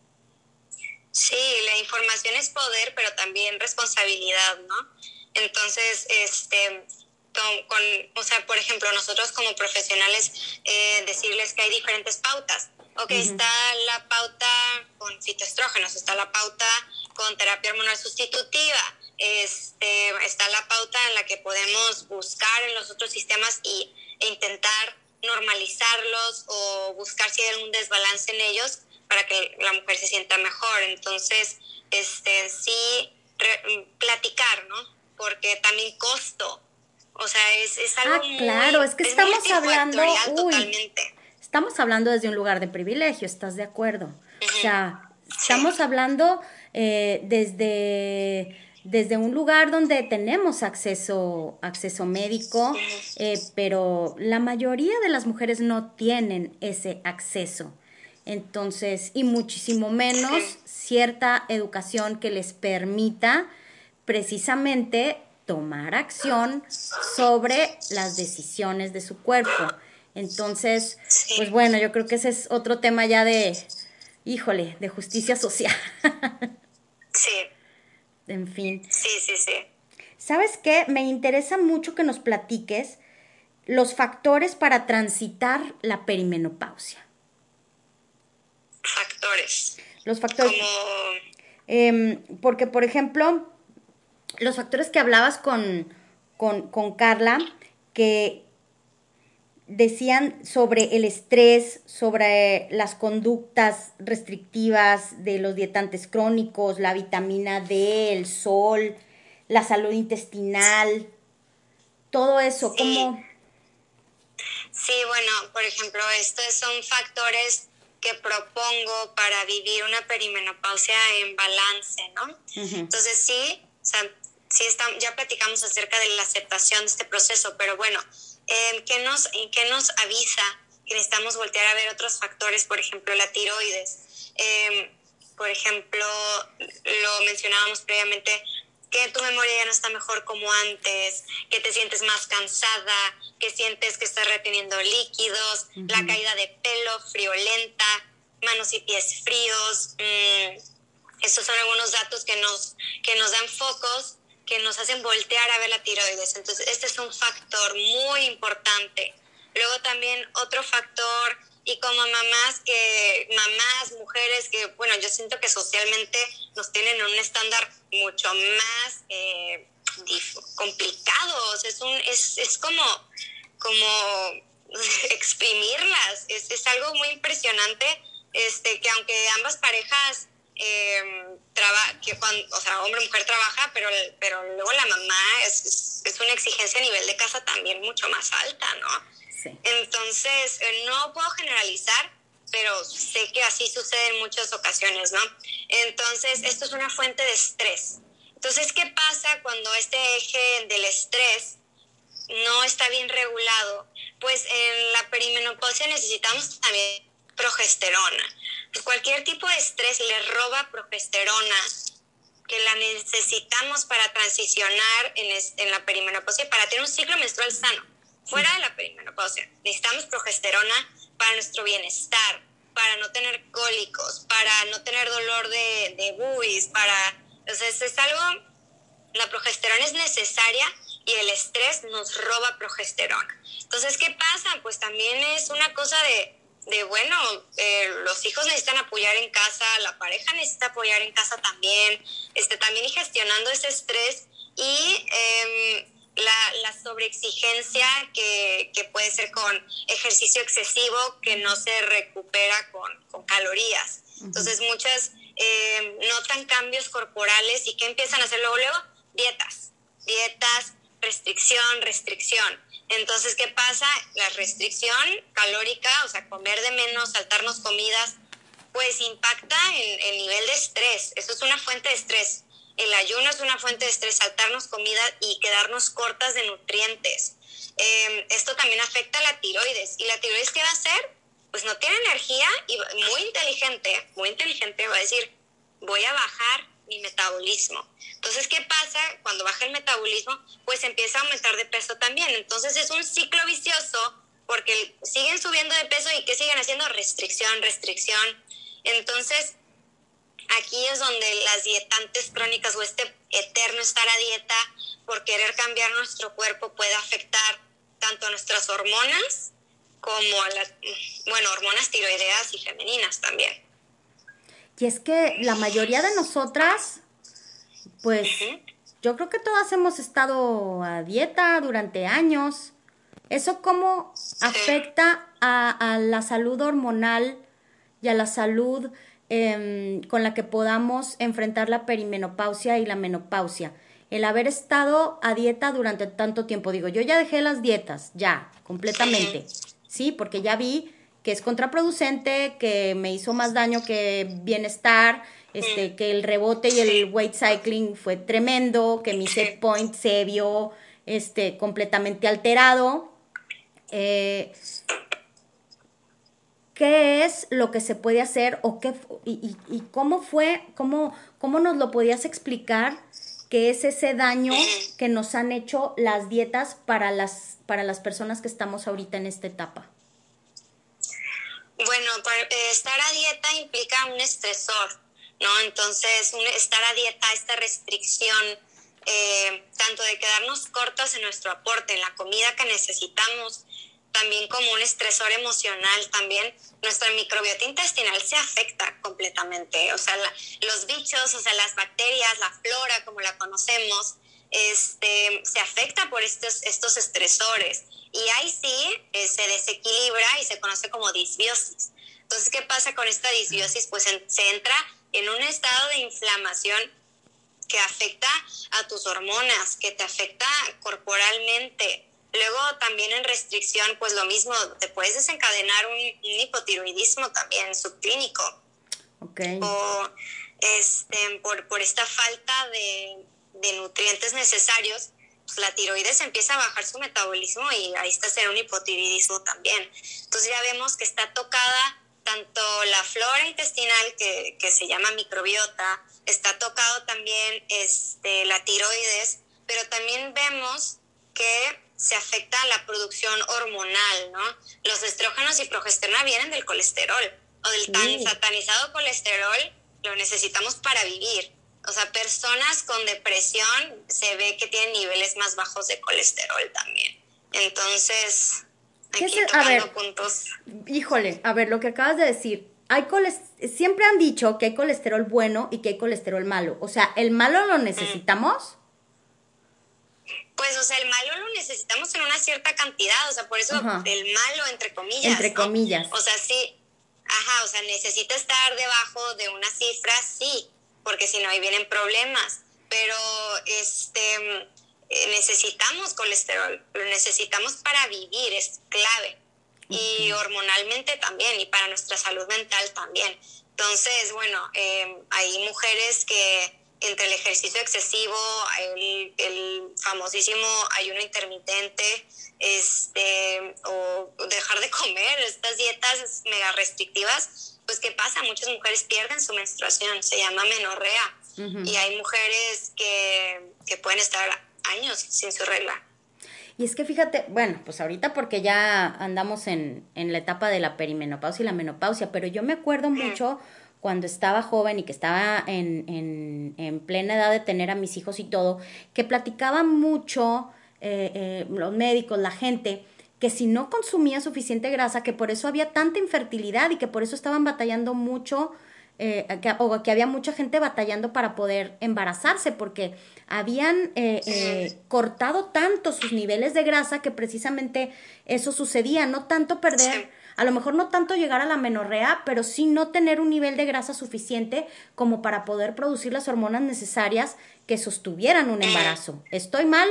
Sí, la información es poder, pero también responsabilidad, ¿no? Entonces, este, con, o sea, por ejemplo, nosotros como profesionales, eh, decirles que hay diferentes pautas. Ok, uh-huh. está la pauta con fitoestrógenos, está la pauta con terapia hormonal sustitutiva, este, está la pauta en la que podemos buscar en los otros sistemas y, e intentar normalizarlos o buscar si hay algún desbalance en ellos para que la mujer se sienta mejor. Entonces, este, sí, re, platicar, ¿no? Porque también costo, o sea, es, es algo ah, claro, muy, es que es estamos hablando, uy, totalmente. Estamos hablando desde un lugar de privilegio, ¿estás de acuerdo? Uh-huh. O sea, estamos sí. hablando eh, desde, desde un lugar donde tenemos acceso, acceso médico, eh, pero la mayoría de las mujeres no tienen ese acceso. Entonces, y muchísimo menos cierta educación que les permita precisamente tomar acción sobre las decisiones de su cuerpo. Entonces, sí. pues bueno, yo creo que ese es otro tema ya de, híjole, de justicia social. Sí. En fin. Sí, sí, sí. ¿Sabes qué? Me interesa mucho que nos platiques los factores para transitar la perimenopausia. Factores. Los factores. Como... Eh, porque, por ejemplo, los factores que hablabas con, con, con Carla, que decían sobre el estrés, sobre las conductas restrictivas de los dietantes crónicos, la vitamina D, el sol, la salud intestinal, todo eso, sí. ¿cómo? Sí, bueno, por ejemplo, estos son factores que propongo para vivir una perimenopausia en balance, ¿no? Uh-huh. Entonces sí, o sea, sí estamos, ya platicamos acerca de la aceptación de este proceso, pero bueno, eh, ¿qué nos, ¿qué nos avisa que necesitamos voltear a ver otros factores? Por ejemplo, la tiroides. Eh, por ejemplo, lo mencionábamos previamente, que tu memoria ya no está mejor como antes, que te sientes más cansada, que sientes que estás reteniendo líquidos, uh-huh. la caída de pelo, friolenta, manos y pies fríos. Mmm, estos son algunos datos que nos, que nos dan focos, que nos hacen voltear a ver la tiroides. Entonces, este es un factor muy importante. Luego también otro factor, y como mamás, que mamás, mujeres, que bueno, yo siento que socialmente nos tienen en un estándar mucho más eh, dif- complicados. Es, un, es, es como, como exprimirlas. Es, es algo muy impresionante, este, que aunque ambas parejas... Eh, traba, que cuando, o sea, hombre o mujer trabaja, pero, pero luego la mamá es, es, es una exigencia a nivel de casa también mucho más alta, ¿no? Sí. Entonces, eh, no puedo generalizar, pero sé que así sucede en muchas ocasiones, ¿no? Entonces, esto es una fuente de estrés. Entonces, ¿qué pasa cuando este eje del estrés no está bien regulado? Pues en la perimenopausia necesitamos también progesterona. Pues cualquier tipo de estrés le roba progesterona que la necesitamos para transicionar en, es, en la perimenopausia, para tener un ciclo menstrual sano. Fuera de la perimenopausia, necesitamos progesterona para nuestro bienestar, para no tener cólicos, para no tener dolor de, de boobies, para... Entonces es algo... La progesterona es necesaria y el estrés nos roba progesterona. Entonces, ¿qué pasa? Pues también es una cosa de, de bueno, eh, los hijos necesitan apoyar en casa, la pareja necesita apoyar en casa también, este, también y gestionando ese estrés y eh, la, la sobreexigencia que, que puede ser con ejercicio excesivo que no se recupera con, con calorías. Entonces, muchas eh, notan cambios corporales y ¿qué empiezan a hacer luego? Luego, dietas, dietas, restricción, restricción. Entonces, ¿qué pasa? La restricción calórica, o sea, comer de menos, saltarnos comidas, pues impacta en el nivel de estrés. Eso es una fuente de estrés. El ayuno es una fuente de estrés, saltarnos comida y quedarnos cortas de nutrientes. Eh, esto también afecta a la tiroides. ¿Y la tiroides qué va a hacer? Pues no tiene energía y muy inteligente, muy inteligente va a decir, voy a bajar mi metabolismo. Entonces, ¿qué pasa? Cuando baja el metabolismo, pues empieza a aumentar de peso también. Entonces, es un ciclo vicioso porque siguen subiendo de peso y ¿qué siguen haciendo? Restricción, restricción. Entonces, aquí es donde las dietantes crónicas o este eterno estar a dieta por querer cambiar nuestro cuerpo puede afectar tanto a nuestras hormonas como a las, bueno, hormonas tiroideas y femeninas también. Y es que la mayoría de nosotras, pues, uh-huh. yo creo que todas hemos estado a dieta durante años. ¿Eso cómo sí. afecta a, a la salud hormonal y a la salud eh, con la que podamos enfrentar la perimenopausia y la menopausia? El haber estado a dieta durante tanto tiempo. Digo, yo ya dejé las dietas, ya, completamente. Sí, porque ya vi que es contraproducente, que me hizo más daño que bienestar, este, que el rebote y el weight cycling fue tremendo, que mi set point se vio este, completamente alterado. Eh, ¿Qué es lo que se puede hacer o qué y, y, y cómo fue, cómo, cómo nos lo podías explicar qué es ese daño que nos han hecho las dietas para las, para las personas que estamos ahorita en esta etapa? Bueno, estar a dieta implica un estresor, ¿no? Entonces, un, estar a dieta, esta restricción, eh, tanto de quedarnos cortas en nuestro aporte, en la comida que necesitamos, también como un estresor emocional, también nuestra microbiota intestinal se afecta completamente. O sea, la, los bichos, o sea, las bacterias, la flora como la conocemos, este, se afecta por estos, estos estresores. Y ahí sí eh, se desequilibra y se conoce como disbiosis. Entonces, ¿qué pasa con esta disbiosis? Pues en, se entra en un estado de inflamación que afecta a tus hormonas, que te afecta corporalmente. Luego también en restricción, pues lo mismo, te puedes desencadenar un, un hipotiroidismo también subclínico. Okay. O este, por, por esta falta de, de nutrientes necesarios, pues la tiroides empieza a bajar su metabolismo y ahí está ser un hipotiroidismo también. Entonces ya vemos que está tocada tanto la flora intestinal, que, que se llama microbiota, está tocado también este, la tiroides, pero también vemos que se afecta la producción hormonal, ¿no? Los estrógenos y progesterona vienen del colesterol, o del tan satanizado colesterol, lo necesitamos para vivir. O sea, personas con depresión se ve que tienen niveles más bajos de colesterol también. Entonces, aquí ¿Qué es, tocando a ver, puntos. Híjole, a ver, lo que acabas de decir, hay colest- siempre han dicho que hay colesterol bueno y que hay colesterol malo. O sea, ¿el malo lo necesitamos? Pues, o sea, el malo lo necesitamos en una cierta cantidad, o sea, por eso Ajá. el malo, entre comillas. Entre ¿no? comillas. O sea, sí, ajá, o sea, necesita estar debajo de una cifra, sí, porque si no ahí vienen problemas, pero este eh, necesitamos colesterol, lo necesitamos para vivir, es clave, okay. Y hormonalmente también, y para nuestra salud mental también. Entonces, bueno, eh, hay mujeres que entre el ejercicio excesivo, el, el famosísimo ayuno intermitente, este, o dejar de comer, estas dietas mega restrictivas, pues ¿qué pasa? Muchas mujeres pierden su menstruación, se llama menorrea. Uh-huh. Y hay mujeres que, que pueden estar años sin su regla. Y es que fíjate, bueno, pues ahorita porque ya andamos en, en la etapa de la perimenopausia y la menopausia, pero yo me acuerdo mucho cuando estaba joven y que estaba en, en, en plena edad de tener a mis hijos y todo, que platicaban mucho eh, eh, los médicos, la gente, que si no consumía suficiente grasa, que por eso había tanta infertilidad y que por eso estaban batallando mucho, eh, que, o que había mucha gente batallando para poder embarazarse, porque habían eh, eh, cortado tanto sus niveles de grasa que precisamente eso sucedía, no tanto perder, a lo mejor no tanto llegar a la menorrea, pero sí no tener un nivel de grasa suficiente como para poder producir las hormonas necesarias que sostuvieran un embarazo. ¿Estoy mal?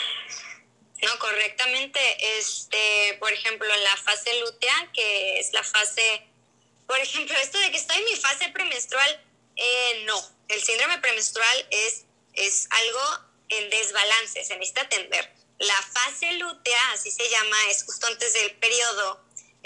No, correctamente. Este, por ejemplo, en la fase lútea, que es la fase, por ejemplo, esto de que estoy en mi fase premenstrual, eh, no. El síndrome premenstrual es, es algo en desbalance, se necesita atender. La fase lútea, así se llama, es justo antes del periodo,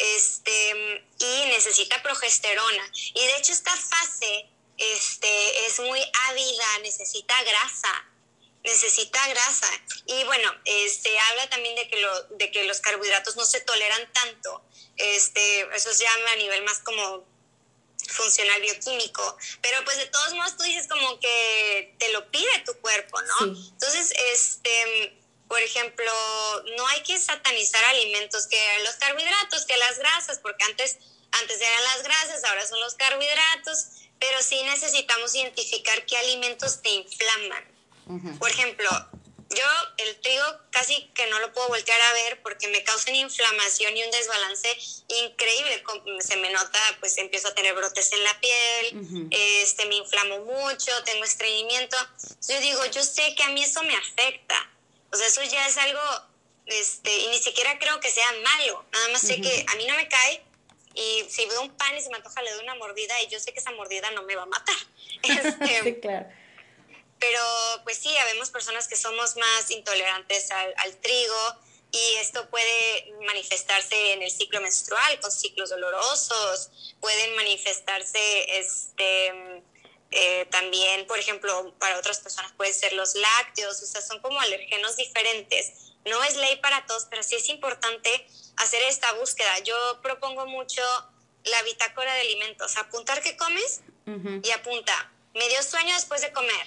este, y necesita progesterona. Y de hecho esta fase este, es muy ávida, necesita grasa. necesita grasa. Y bueno, eh, se habla también de que, lo, de que los carbohidratos no se toleran tanto. Este, eso se llama a nivel más como funcional bioquímico. Pero pues de todos modos tú dices como que te lo pide tu cuerpo, ¿no? Sí. Entonces, este, por ejemplo, no hay que satanizar alimentos, que los carbohidratos, que las grasas, porque antes, antes eran las grasas, ahora son los carbohidratos, pero sí necesitamos identificar qué alimentos te inflaman. Uh-huh. Por ejemplo, yo el trigo casi que no lo puedo voltear a ver porque me causa una inflamación y un desbalance increíble. Se me nota, pues empiezo a tener brotes en la piel, uh-huh. este, me inflamo mucho, tengo estreñimiento. Yo digo, yo sé que a mí eso me afecta. O sea, eso ya es algo, este, y ni siquiera creo que sea malo. Nada más uh-huh. sé que a mí no me cae. Y si veo un pan y se me antoja, le doy una mordida y yo sé que esa mordida no me va a matar. Este, sí, claro. Pero pues sí, habemos personas que somos más intolerantes al, al trigo y esto puede manifestarse en el ciclo menstrual con ciclos dolorosos, pueden manifestarse este, eh, también, por ejemplo, para otras personas pueden ser los lácteos, o sea, son como alergenos diferentes. No es ley para todos, pero sí es importante hacer esta búsqueda. Yo propongo mucho la bitácora de alimentos, apuntar qué comes uh-huh. y apunta, me dio sueño después de comer.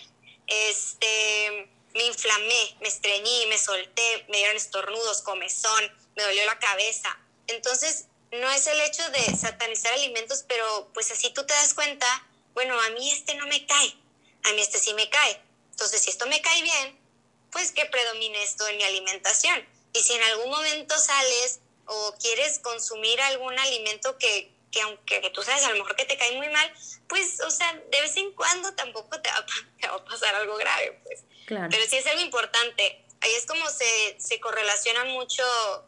Este, me inflamé, me estreñí, me solté, me dieron estornudos, comezón, me dolió la cabeza. Entonces, no es el hecho de satanizar alimentos, pero pues así tú te das cuenta, bueno, a mí este no me cae, a mí este sí me cae. Entonces, si esto me cae bien, pues que predomine esto en mi alimentación. Y si en algún momento sales o quieres consumir algún alimento que que aunque que tú sabes a lo mejor que te cae muy mal, pues, o sea, de vez en cuando tampoco te va, te va a pasar algo grave, pues. Claro. Pero sí es algo importante. Ahí es como se, se correlaciona mucho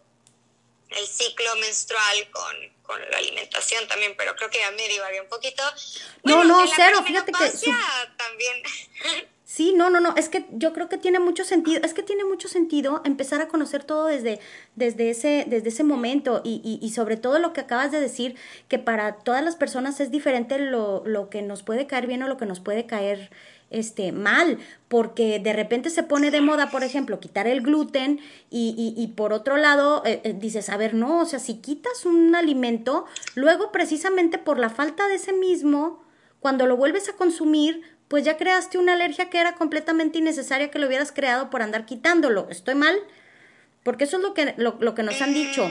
el ciclo menstrual con, con la alimentación también, pero creo que ya me divagué un poquito. Bueno, no, no, cero, fíjate que... Su... también... Sí, no, no, no, es que yo creo que tiene mucho sentido, es que tiene mucho sentido empezar a conocer todo desde, desde, ese, desde ese momento y, y, y sobre todo lo que acabas de decir, que para todas las personas es diferente lo, lo que nos puede caer bien o lo que nos puede caer este, mal, porque de repente se pone de moda, por ejemplo, quitar el gluten y, y, y por otro lado eh, eh, dices, a ver, no, o sea, si quitas un alimento, luego precisamente por la falta de ese mismo, cuando lo vuelves a consumir, pues ya creaste una alergia que era completamente innecesaria que lo hubieras creado por andar quitándolo. ¿Estoy mal? Porque eso es lo que, lo, lo que nos han dicho.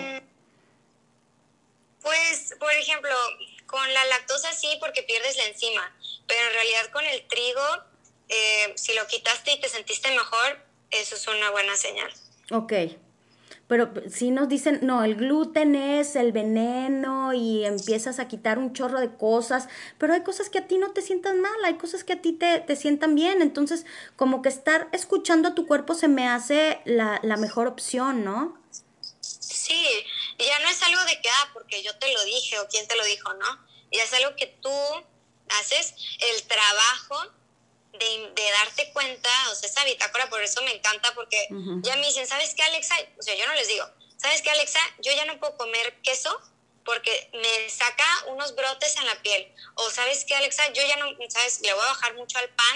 Pues, por ejemplo, con la lactosa sí, porque pierdes la enzima, pero en realidad con el trigo, eh, si lo quitaste y te sentiste mejor, eso es una buena señal. Ok. Pero si nos dicen, no, el gluten es el veneno y empiezas a quitar un chorro de cosas, pero hay cosas que a ti no te sientan mal, hay cosas que a ti te, te sientan bien, entonces como que estar escuchando a tu cuerpo se me hace la, la mejor opción, ¿no? Sí, y ya no es algo de que, ah, porque yo te lo dije o quién te lo dijo, ¿no? Ya es algo que tú haces, el trabajo De, de darte cuenta, o sea, esa bitácora, por eso me encanta, porque uh-huh. ya me dicen, ¿sabes qué, Alexa? O sea, yo no les digo, ¿sabes qué, Alexa? Yo ya no puedo comer queso porque me saca unos brotes en la piel. O, ¿sabes qué, Alexa? Yo ya no, ¿sabes? Le voy a bajar mucho al pan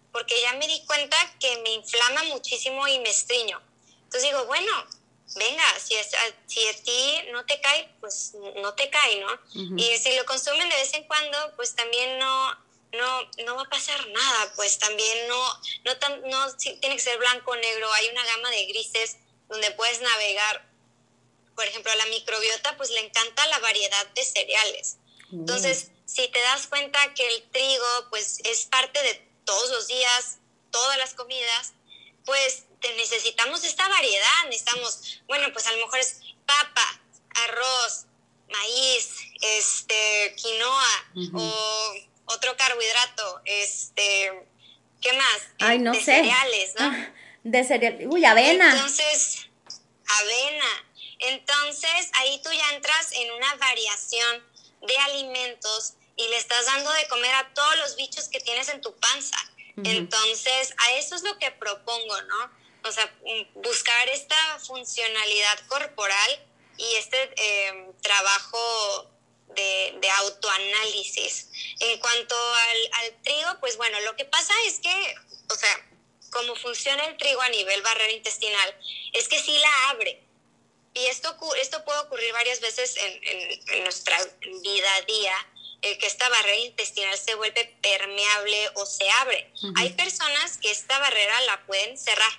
porque ya me di cuenta que me inflama muchísimo y me estreño. Entonces digo, bueno, venga, si, es, si a ti no te cae, pues no te cae, ¿no? Uh-huh. Y si lo consumen de vez en cuando, pues también no, no, no va a pasar nada, pues también no, no, tan, no tiene que ser blanco o negro, hay una gama de grises donde puedes navegar. Por ejemplo, a la microbiota pues le encanta la variedad de cereales. Uh-huh. Entonces, si te das cuenta que el trigo pues es parte de todos los días, todas las comidas, pues te necesitamos esta variedad, necesitamos, bueno, pues a lo mejor es papa, arroz, maíz, este, quinoa, uh-huh. o otro carbohidrato, este, ¿qué más? Ay, no de sé. cereales, ¿no? De cereal, uy, avena. Entonces, avena. Entonces, ahí tú ya entras en una variación de alimentos y le estás dando de comer a todos los bichos que tienes en tu panza. Uh-huh. Entonces, a eso es lo que propongo, ¿no? O sea, buscar esta funcionalidad corporal y este eh, trabajo de, de autoanálisis. En cuanto al, al trigo, pues bueno, lo que pasa es que, o sea, cómo funciona el trigo a nivel barrera intestinal, es que sí la abre. Y esto, esto puede ocurrir varias veces en, en, en nuestra vida a día, el que esta barrera intestinal se vuelve permeable o se abre. Uh-huh. Hay personas que esta barrera la pueden cerrar.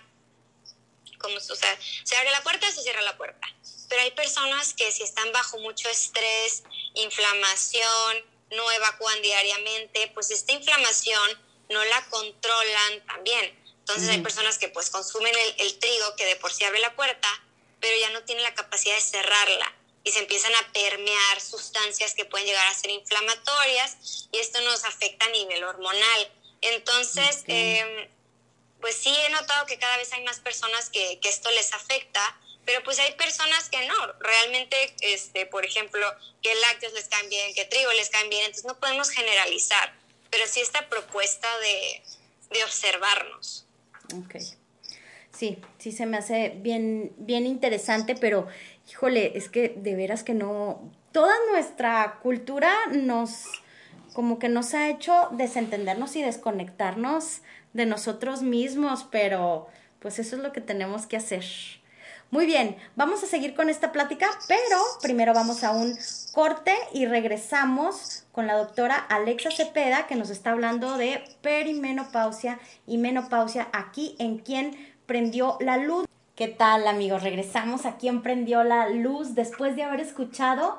Como, o sea, se abre la puerta, se cierra la puerta. Pero hay personas que si están bajo mucho estrés, inflamación, no evacúan diariamente, pues esta inflamación no la controlan también. Entonces uh-huh. hay personas que pues consumen el, el trigo, que de por sí abre la puerta, pero ya no tienen la capacidad de cerrarla y se empiezan a permear sustancias que pueden llegar a ser inflamatorias y esto nos afecta a nivel hormonal. Entonces, okay. eh, pues sí he notado que cada vez hay más personas que, que esto les afecta, pero pues hay personas que no, realmente, este, por ejemplo, que lácteos les caen bien, que trigo les caen bien, entonces no podemos generalizar, pero sí esta propuesta de, de observarnos. Ok. Sí, sí se me hace bien, bien interesante, pero híjole, es que de veras que no, toda nuestra cultura nos, como que nos ha hecho desentendernos y desconectarnos de nosotros mismos, pero pues eso es lo que tenemos que hacer. Muy bien, vamos a seguir con esta plática, pero primero vamos a un corte y regresamos con la doctora Alexa Cepeda, que nos está hablando de perimenopausia y menopausia aquí en Quien Prendió la Luz. ¿Qué tal, amigos? Regresamos a Quien Prendió la Luz después de haber escuchado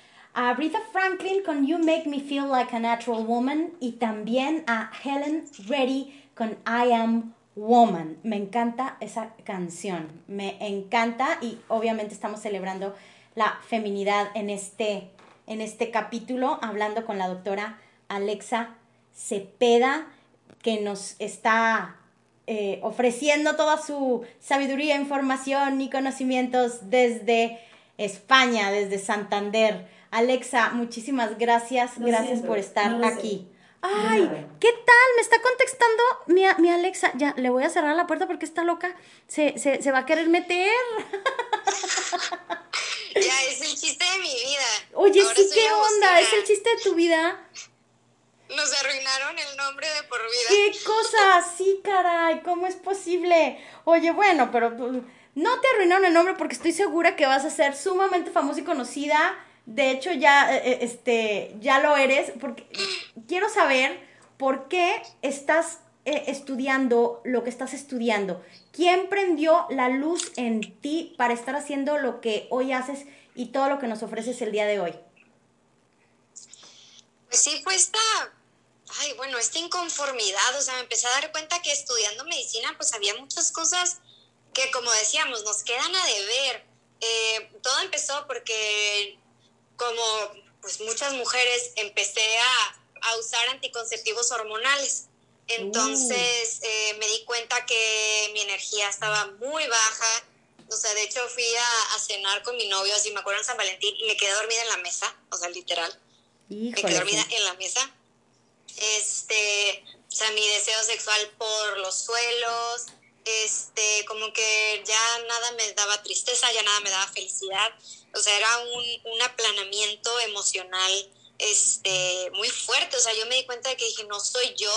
a Aretha Franklin con You Make Me Feel Like a Natural Woman y también a Helen Reddy con I Am Woman. Me encanta esa canción, me encanta y obviamente estamos celebrando la feminidad en este, en este capítulo, hablando con la doctora Alexa Cepeda, que nos está eh, ofreciendo toda su sabiduría, información y conocimientos desde España, desde Santander. Alexa, muchísimas gracias, Lo gracias siento, por estar no aquí. Sé. Ay, ¿qué tal? Me está contestando mi, mi Alexa. Ya, le voy a cerrar la puerta porque está loca. Se, se, se va a querer meter. Ya, es el chiste de mi vida. Oye, Ahora sí, ¿qué onda? Bocina. Es el chiste de tu vida. Nos arruinaron el nombre de por vida. ¿Qué cosa? Sí, caray, ¿cómo es posible? Oye, bueno, pero no te arruinaron el nombre porque estoy segura que vas a ser sumamente famosa y conocida. De hecho, ya, este, ya lo eres, porque quiero saber por qué estás eh, estudiando lo que estás estudiando. ¿Quién prendió la luz en ti para estar haciendo lo que hoy haces y todo lo que nos ofreces el día de hoy? Pues sí, fue esta, ay, bueno, esta inconformidad. O sea, me empecé a dar cuenta que estudiando medicina, pues había muchas cosas que, como decíamos, nos quedan a deber. Eh, todo empezó porque, como pues muchas mujeres, empecé a, a usar anticonceptivos hormonales. Entonces uh. eh, me di cuenta que mi energía estaba muy baja. O sea, de hecho fui a, a cenar con mi novio, así me acuerdo, en San Valentín, y me quedé dormida en la mesa, o sea, literal. Híjole, me quedé dormida sí. en la mesa. Este, o sea, mi deseo sexual por los suelos, este, como que ya nada me daba tristeza, ya nada me daba felicidad. O sea, era un, un aplanamiento emocional este, muy fuerte. O sea, yo me di cuenta de que dije, no soy yo,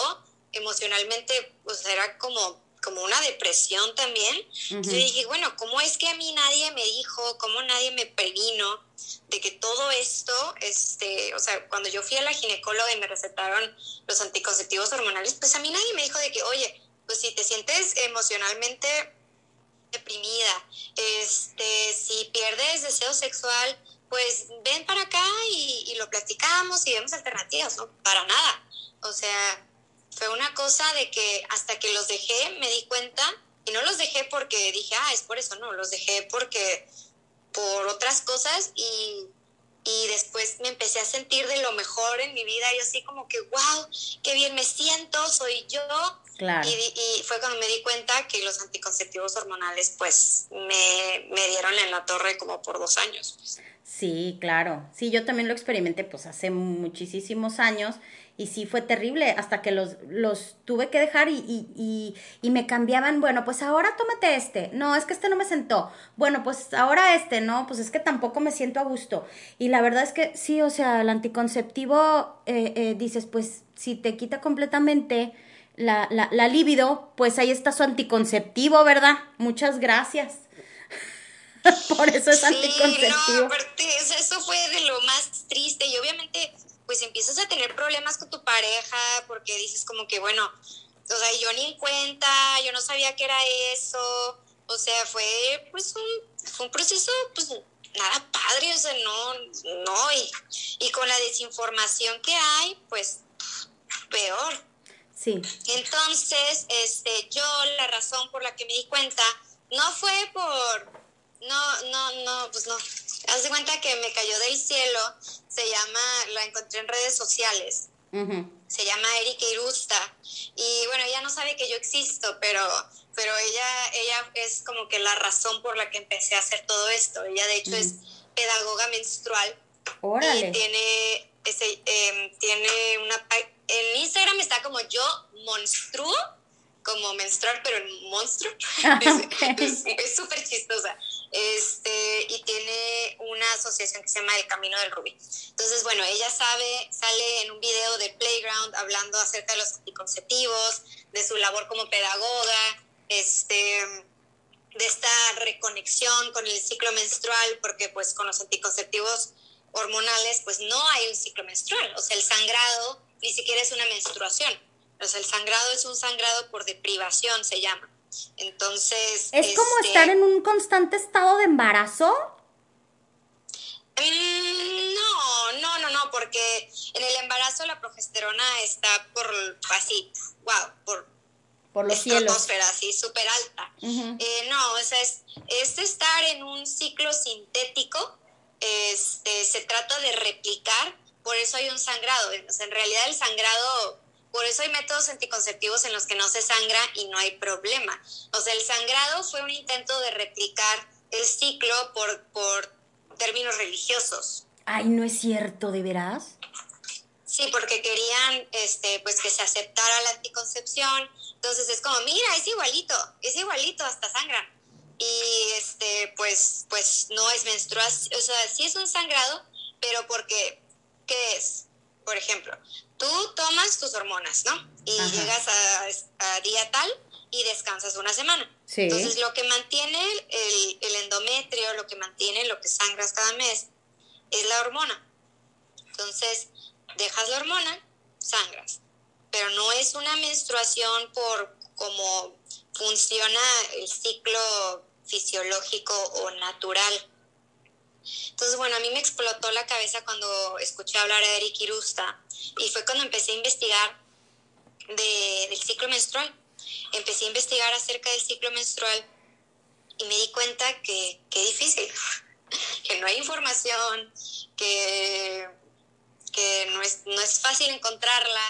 emocionalmente, pues era como, como una depresión también. Uh-huh. Entonces dije, bueno, ¿cómo es que a mí nadie me dijo, cómo nadie me previno de que todo esto, este, o sea, cuando yo fui a la ginecóloga y me recetaron los anticonceptivos hormonales, pues a mí nadie me dijo de que, oye, pues si te sientes emocionalmente deprimida, este, si pierdes deseo sexual, pues ven para acá y, y lo platicamos y vemos alternativas, ¿no? Para nada. O sea, fue una cosa de que hasta que los dejé me di cuenta, y no los dejé porque dije, ah, es por eso, no, los dejé porque por otras cosas y, y después me empecé a sentir de lo mejor en mi vida, y así como que, wow, qué bien me siento, soy yo. Claro. Y, y fue cuando me di cuenta que los anticonceptivos hormonales pues me, me dieron en la torre como por dos años. Pues. Sí, claro. Sí, yo también lo experimenté pues hace muchísimos años y sí fue terrible hasta que los, los tuve que dejar y, y, y, y me cambiaban, bueno, pues ahora tómate este, no, es que este no me sentó, bueno, pues ahora este, no, pues es que tampoco me siento a gusto. Y la verdad es que sí, o sea, el anticonceptivo, eh, eh, dices, pues si te quita completamente la, la, la libido, pues ahí está su anticonceptivo, ¿verdad? Muchas gracias. Por eso es sí, anticonceptivo. No, aparte, eso fue de lo más triste y obviamente pues empiezas a tener problemas con tu pareja porque dices como que bueno, o sea, yo ni en cuenta, yo no sabía que era eso, o sea, fue pues un, fue un proceso pues nada padre, o sea, no, no, y, y con la desinformación que hay, pues peor. Sí. Entonces, este, yo la razón por la que me di cuenta no fue por... No, no, no, pues no. Haz de cuenta que me cayó del cielo. Se llama, la encontré en redes sociales. Uh-huh. Se llama Erika Irusta. Y bueno, ella no sabe que yo existo, pero, pero ella, ella es como que la razón por la que empecé a hacer todo esto. Ella de hecho uh-huh. es pedagoga menstrual. Órale. Y tiene, ese, eh, tiene una... En Instagram está como yo monstruo, como menstrual, pero en monstruo. Okay. Es súper chistosa. Este, y tiene una asociación que se llama El Camino del Rubí. Entonces, bueno, ella sabe, sale en un video de Playground hablando acerca de los anticonceptivos, de su labor como pedagoga, este, de esta reconexión con el ciclo menstrual, porque pues con los anticonceptivos hormonales pues no hay un ciclo menstrual, o sea, el sangrado ni siquiera es una menstruación, o sea, el sangrado es un sangrado por deprivación, se llama. Entonces... ¿Es como este, estar en un constante estado de embarazo? Mmm, no, no, no, no, porque en el embarazo la progesterona está por, así, wow, por... Por los cielos. Estratosfera, así, súper alta. Uh-huh. Eh, no, o sea, es, es estar en un ciclo sintético, este, se trata de replicar, por eso hay un sangrado. O sea, en realidad el sangrado... Por eso hay métodos anticonceptivos en los que no se sangra y no hay problema. O sea, el sangrado fue un intento de replicar el ciclo por, por términos religiosos. Ay, ¿no es cierto, de veras? Sí, porque querían este, pues que se aceptara la anticoncepción. Entonces es como, mira, es igualito, es igualito, hasta sangran. Y este, pues, pues no es menstruación, o sea, sí es un sangrado, pero porque, ¿qué es? Por ejemplo, tú tomas tus hormonas, ¿no? Y Ajá. llegas a, a día tal y descansas una semana. Sí. Entonces, lo que mantiene el, el endometrio, lo que mantiene lo que sangras cada mes, es la hormona. Entonces, dejas la hormona, sangras. Pero no es una menstruación por cómo funciona el ciclo fisiológico o natural. Entonces, bueno, a mí me explotó la cabeza cuando escuché hablar a Erika Irusta y fue cuando empecé a investigar de, del ciclo menstrual. Empecé a investigar acerca del ciclo menstrual y me di cuenta que qué difícil, que no hay información, que, que no, es, no es fácil encontrarla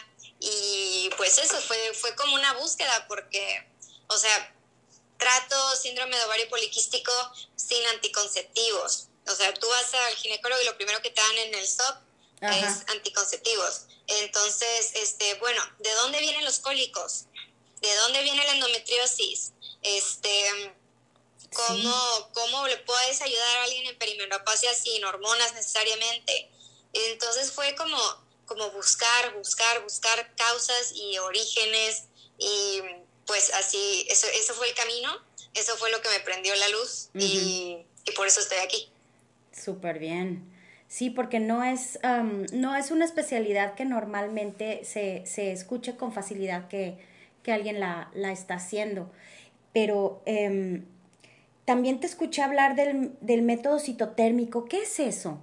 y pues eso fue, fue como una búsqueda porque, o sea, trato síndrome de ovario poliquístico sin anticonceptivos. O sea, tú vas al ginecólogo y lo primero que te dan en el S O P Ajá. es anticonceptivos. Entonces, este, bueno, ¿de dónde vienen los cólicos? ¿De dónde viene la endometriosis? Este, ¿cómo, sí. ¿Cómo le puedes ayudar a alguien en perimenopausia sin hormonas necesariamente? Entonces fue como, como buscar, buscar, buscar causas y orígenes y pues así, eso, eso fue el camino, eso fue lo que me prendió la luz uh-huh. y, y por eso estoy aquí. Súper bien. Sí, porque no es, um, no es una especialidad que normalmente se, se escuche con facilidad que, que alguien la, la está haciendo. Pero um, también te escuché hablar del, del método citotérmico. ¿Qué es eso?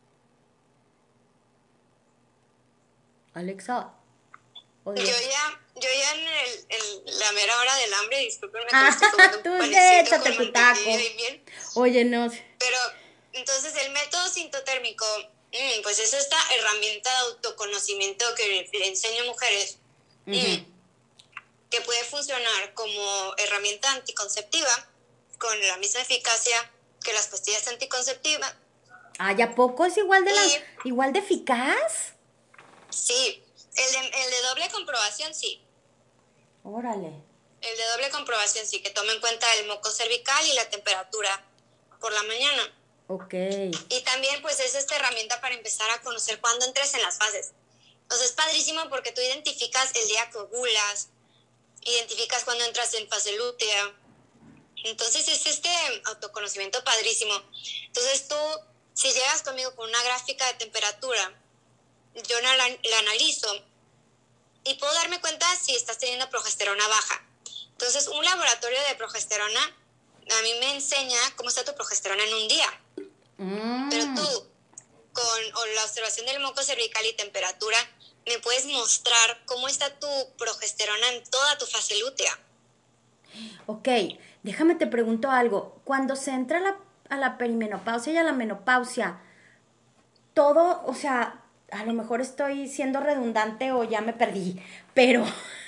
Alexa. Yo ya, yo ya en el, el, la mera hora del hambre, discúlpenme que ah, estoy tomando un panecito con mantequilla y bien. Oye, no. Pero, entonces, el método sintotérmico, mmm, pues es esta herramienta de autoconocimiento que le enseño a mujeres, uh-huh. mmm, que puede funcionar como herramienta anticonceptiva con la misma eficacia que las pastillas anticonceptivas. Ay, ¿a poco es igual de, y, la, igual de eficaz? Sí. El de, el de doble comprobación, sí. Órale. El de doble comprobación, sí, que toma en cuenta el moco cervical y la temperatura por la mañana. Ok. Y también, pues, es esta herramienta para empezar a conocer cuándo entres en las fases. Entonces, es padrísimo porque tú identificas el día que ovulas, identificas cuándo entras en fase lútea. Entonces, es este autoconocimiento padrísimo. Entonces, tú, si llegas conmigo con una gráfica de temperatura, yo la, la analizo y puedo darme cuenta si estás teniendo progesterona baja. Entonces, un laboratorio de progesterona a mí me enseña cómo está tu progesterona en un día. Mm. Pero tú, con o la observación del moco cervical y temperatura, me puedes mostrar cómo está tu progesterona en toda tu fase lútea. Ok, déjame te pregunto algo. Cuando se entra a la, a la perimenopausia y a la menopausia, todo, o sea, a lo mejor estoy siendo redundante o ya me perdí, pero,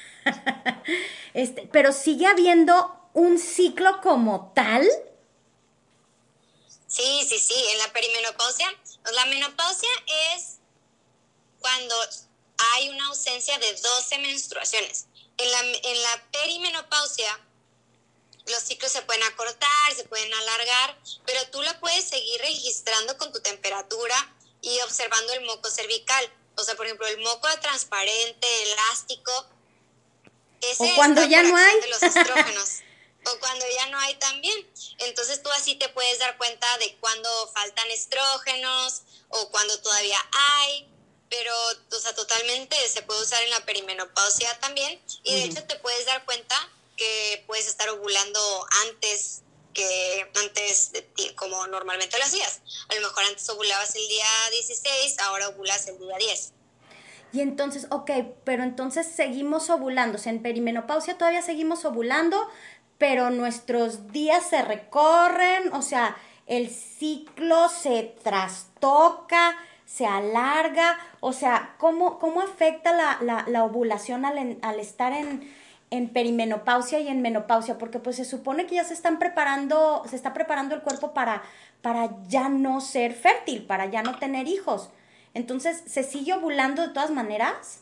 este, pero sigue habiendo un ciclo como tal. Sí, sí, sí, en la perimenopausia, la menopausia es cuando hay una ausencia de doce menstruaciones. En la, en la perimenopausia, los ciclos se pueden acortar, se pueden alargar, pero tú lo puedes seguir registrando con tu temperatura y observando el moco cervical. O sea, por ejemplo, el moco transparente, elástico, ese o cuando está ya por no acción hay. de los estrógenos. O cuando ya no hay también. Entonces tú así te puedes dar cuenta de cuando faltan estrógenos o cuando todavía hay. Pero, o sea, totalmente se puede usar en la perimenopausia también. Y de uh-huh. hecho te puedes dar cuenta que puedes estar ovulando antes que antes de ti, como normalmente lo hacías. A lo mejor antes ovulabas el día dieciséis, ahora ovulas el día diez. Y entonces, ok, pero entonces seguimos ovulando, o sea, en perimenopausia todavía seguimos ovulando, pero nuestros días se recorren, o sea, el ciclo se trastoca, se alarga, o sea, ¿cómo, cómo afecta la, la, la ovulación al, al estar en, en perimenopausia y en menopausia? Porque pues se supone que ya se están preparando, se está preparando el cuerpo para, para ya no ser fértil, para ya no tener hijos. Entonces, ¿se sigue ovulando de todas maneras?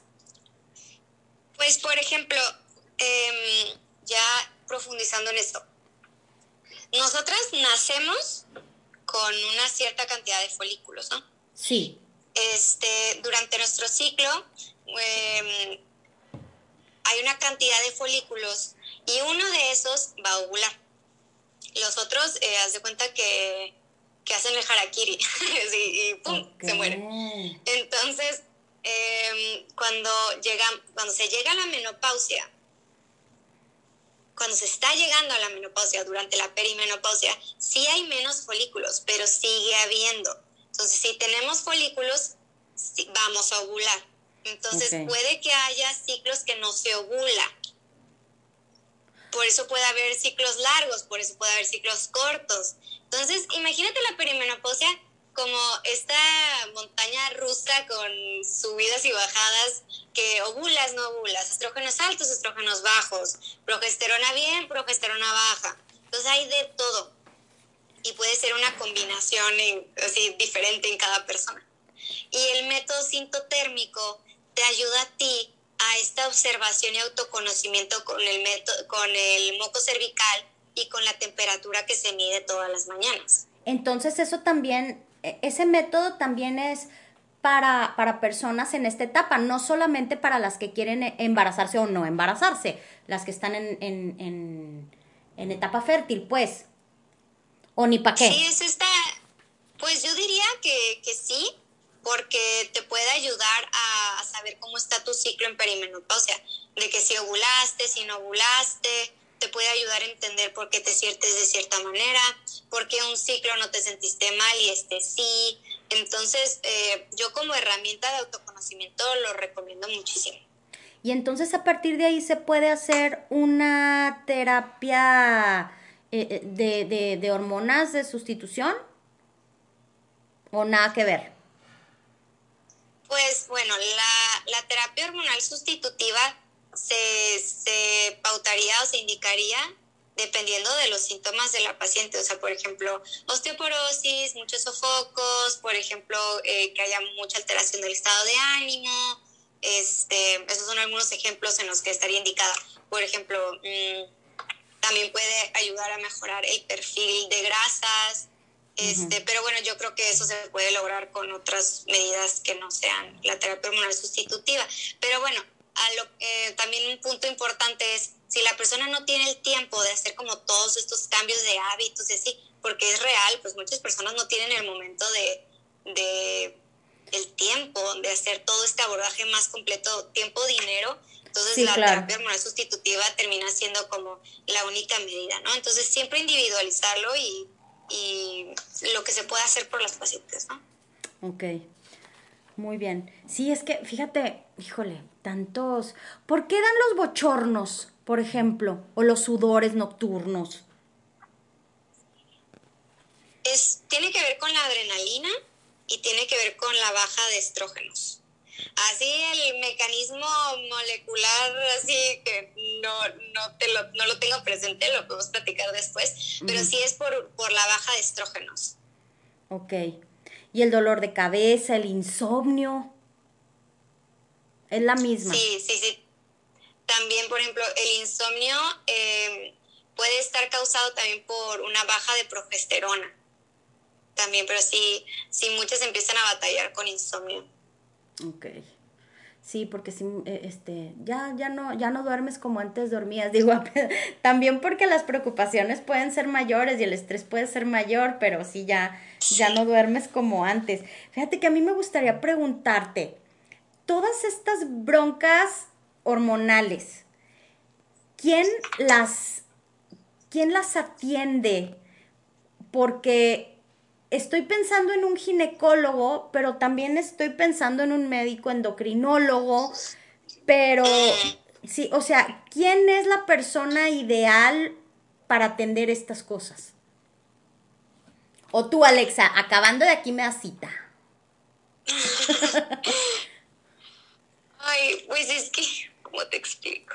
Pues, por ejemplo, eh, ya profundizando en esto, nosotras nacemos con una cierta cantidad de folículos, ¿no? Sí. Este, durante nuestro ciclo eh, hay una cantidad de folículos y uno de esos va a ovular. Los otros, eh, haz de cuenta que, que hacen el harakiri y, y ¡pum! Okay. Se mueren. Entonces, eh, cuando, llega, cuando se llega a la menopausia, cuando se está llegando a la menopausia, durante la perimenopausia, sí hay menos folículos, pero sigue habiendo. Entonces, si tenemos folículos, sí, vamos a ovular. Entonces, okay. puede que haya ciclos que no se ovula. Por eso puede haber ciclos largos, por eso puede haber ciclos cortos. Entonces, imagínate la perimenopausia como esta montaña rusa con subidas y bajadas, que ovulas, no ovulas, estrógenos altos, estrógenos bajos, progesterona bien, progesterona baja. Entonces hay de todo. Y puede ser una combinación en, así, diferente en cada persona. Y el método sintotérmico te ayuda a ti a esta observación y autoconocimiento con el, método, con el moco cervical y con la temperatura que se mide todas las mañanas. Entonces eso también, ese método también es para, para personas en esta etapa, no solamente para las que quieren embarazarse o no embarazarse, las que están en, en, en, en etapa fértil, pues. ¿O ni para qué? Sí, es esta, pues yo diría que, que sí, porque te puede ayudar a, a saber cómo está tu ciclo en perimenopausia, de que si ovulaste, si no ovulaste, te puede ayudar a entender por qué te sientes de cierta manera, por qué un ciclo no te sentiste mal y este sí. Entonces, eh, yo como herramienta de autoconocimiento lo recomiendo muchísimo. Y entonces a partir de ahí se puede hacer una terapia eh, de, de, de hormonas de sustitución, ¿o nada que ver? Pues bueno, la, la terapia hormonal sustitutiva se, se pautaría o se indicaría dependiendo de los síntomas de la paciente. O sea, por ejemplo, osteoporosis, muchos sofocos, por ejemplo, eh, que haya mucha alteración del estado de ánimo. Este, esos son algunos ejemplos en los que estaría indicada. Por ejemplo, mmm, también puede ayudar a mejorar el perfil de grasas. Este, uh-huh. Pero bueno, yo creo que eso se puede lograr con otras medidas que no sean la terapia hormonal sustitutiva. Pero bueno, a lo, eh, también un punto importante es, si la persona no tiene el tiempo de hacer como todos estos cambios de hábitos y así, porque es real, pues muchas personas no tienen el momento de, de el tiempo de hacer todo este abordaje más completo, tiempo, dinero. Entonces sí, la claro. terapia hormonal sustitutiva termina siendo como la única medida, ¿no? Entonces siempre individualizarlo y y lo que se puede hacer por las pacientes, ¿no? Ok, muy bien. Sí, es que, fíjate, híjole, tantos... ¿Por qué dan los bochornos, por ejemplo, o los sudores nocturnos? Es, tiene que ver con la adrenalina y tiene que ver con la baja de estrógenos. Así el mecanismo molecular, así que no, no, te lo, no lo tengo presente, lo podemos platicar después, pero uh-huh. sí es por, por la baja de estrógenos. Ok. ¿Y el dolor de cabeza, el insomnio? ¿Es la misma? Sí, sí, sí. También, por ejemplo, el insomnio eh, puede estar causado también por una baja de progesterona. También, pero sí, sí muchas empiezan a batallar con insomnio. Ok. Sí, porque sí, este, ya, ya no, ya no duermes como antes dormías, digo, también porque las preocupaciones pueden ser mayores y el estrés puede ser mayor, pero sí ya, ya no duermes como antes. Fíjate que a mí me gustaría preguntarte, todas estas broncas hormonales, ¿quién las, quién las atiende? Porque estoy pensando en un ginecólogo, pero también estoy pensando en un médico endocrinólogo, pero sí, o sea, ¿quién es la persona ideal para atender estas cosas? O tú, Alexa, acabando de aquí me das cita. Ay, pues es que, ¿cómo te explico?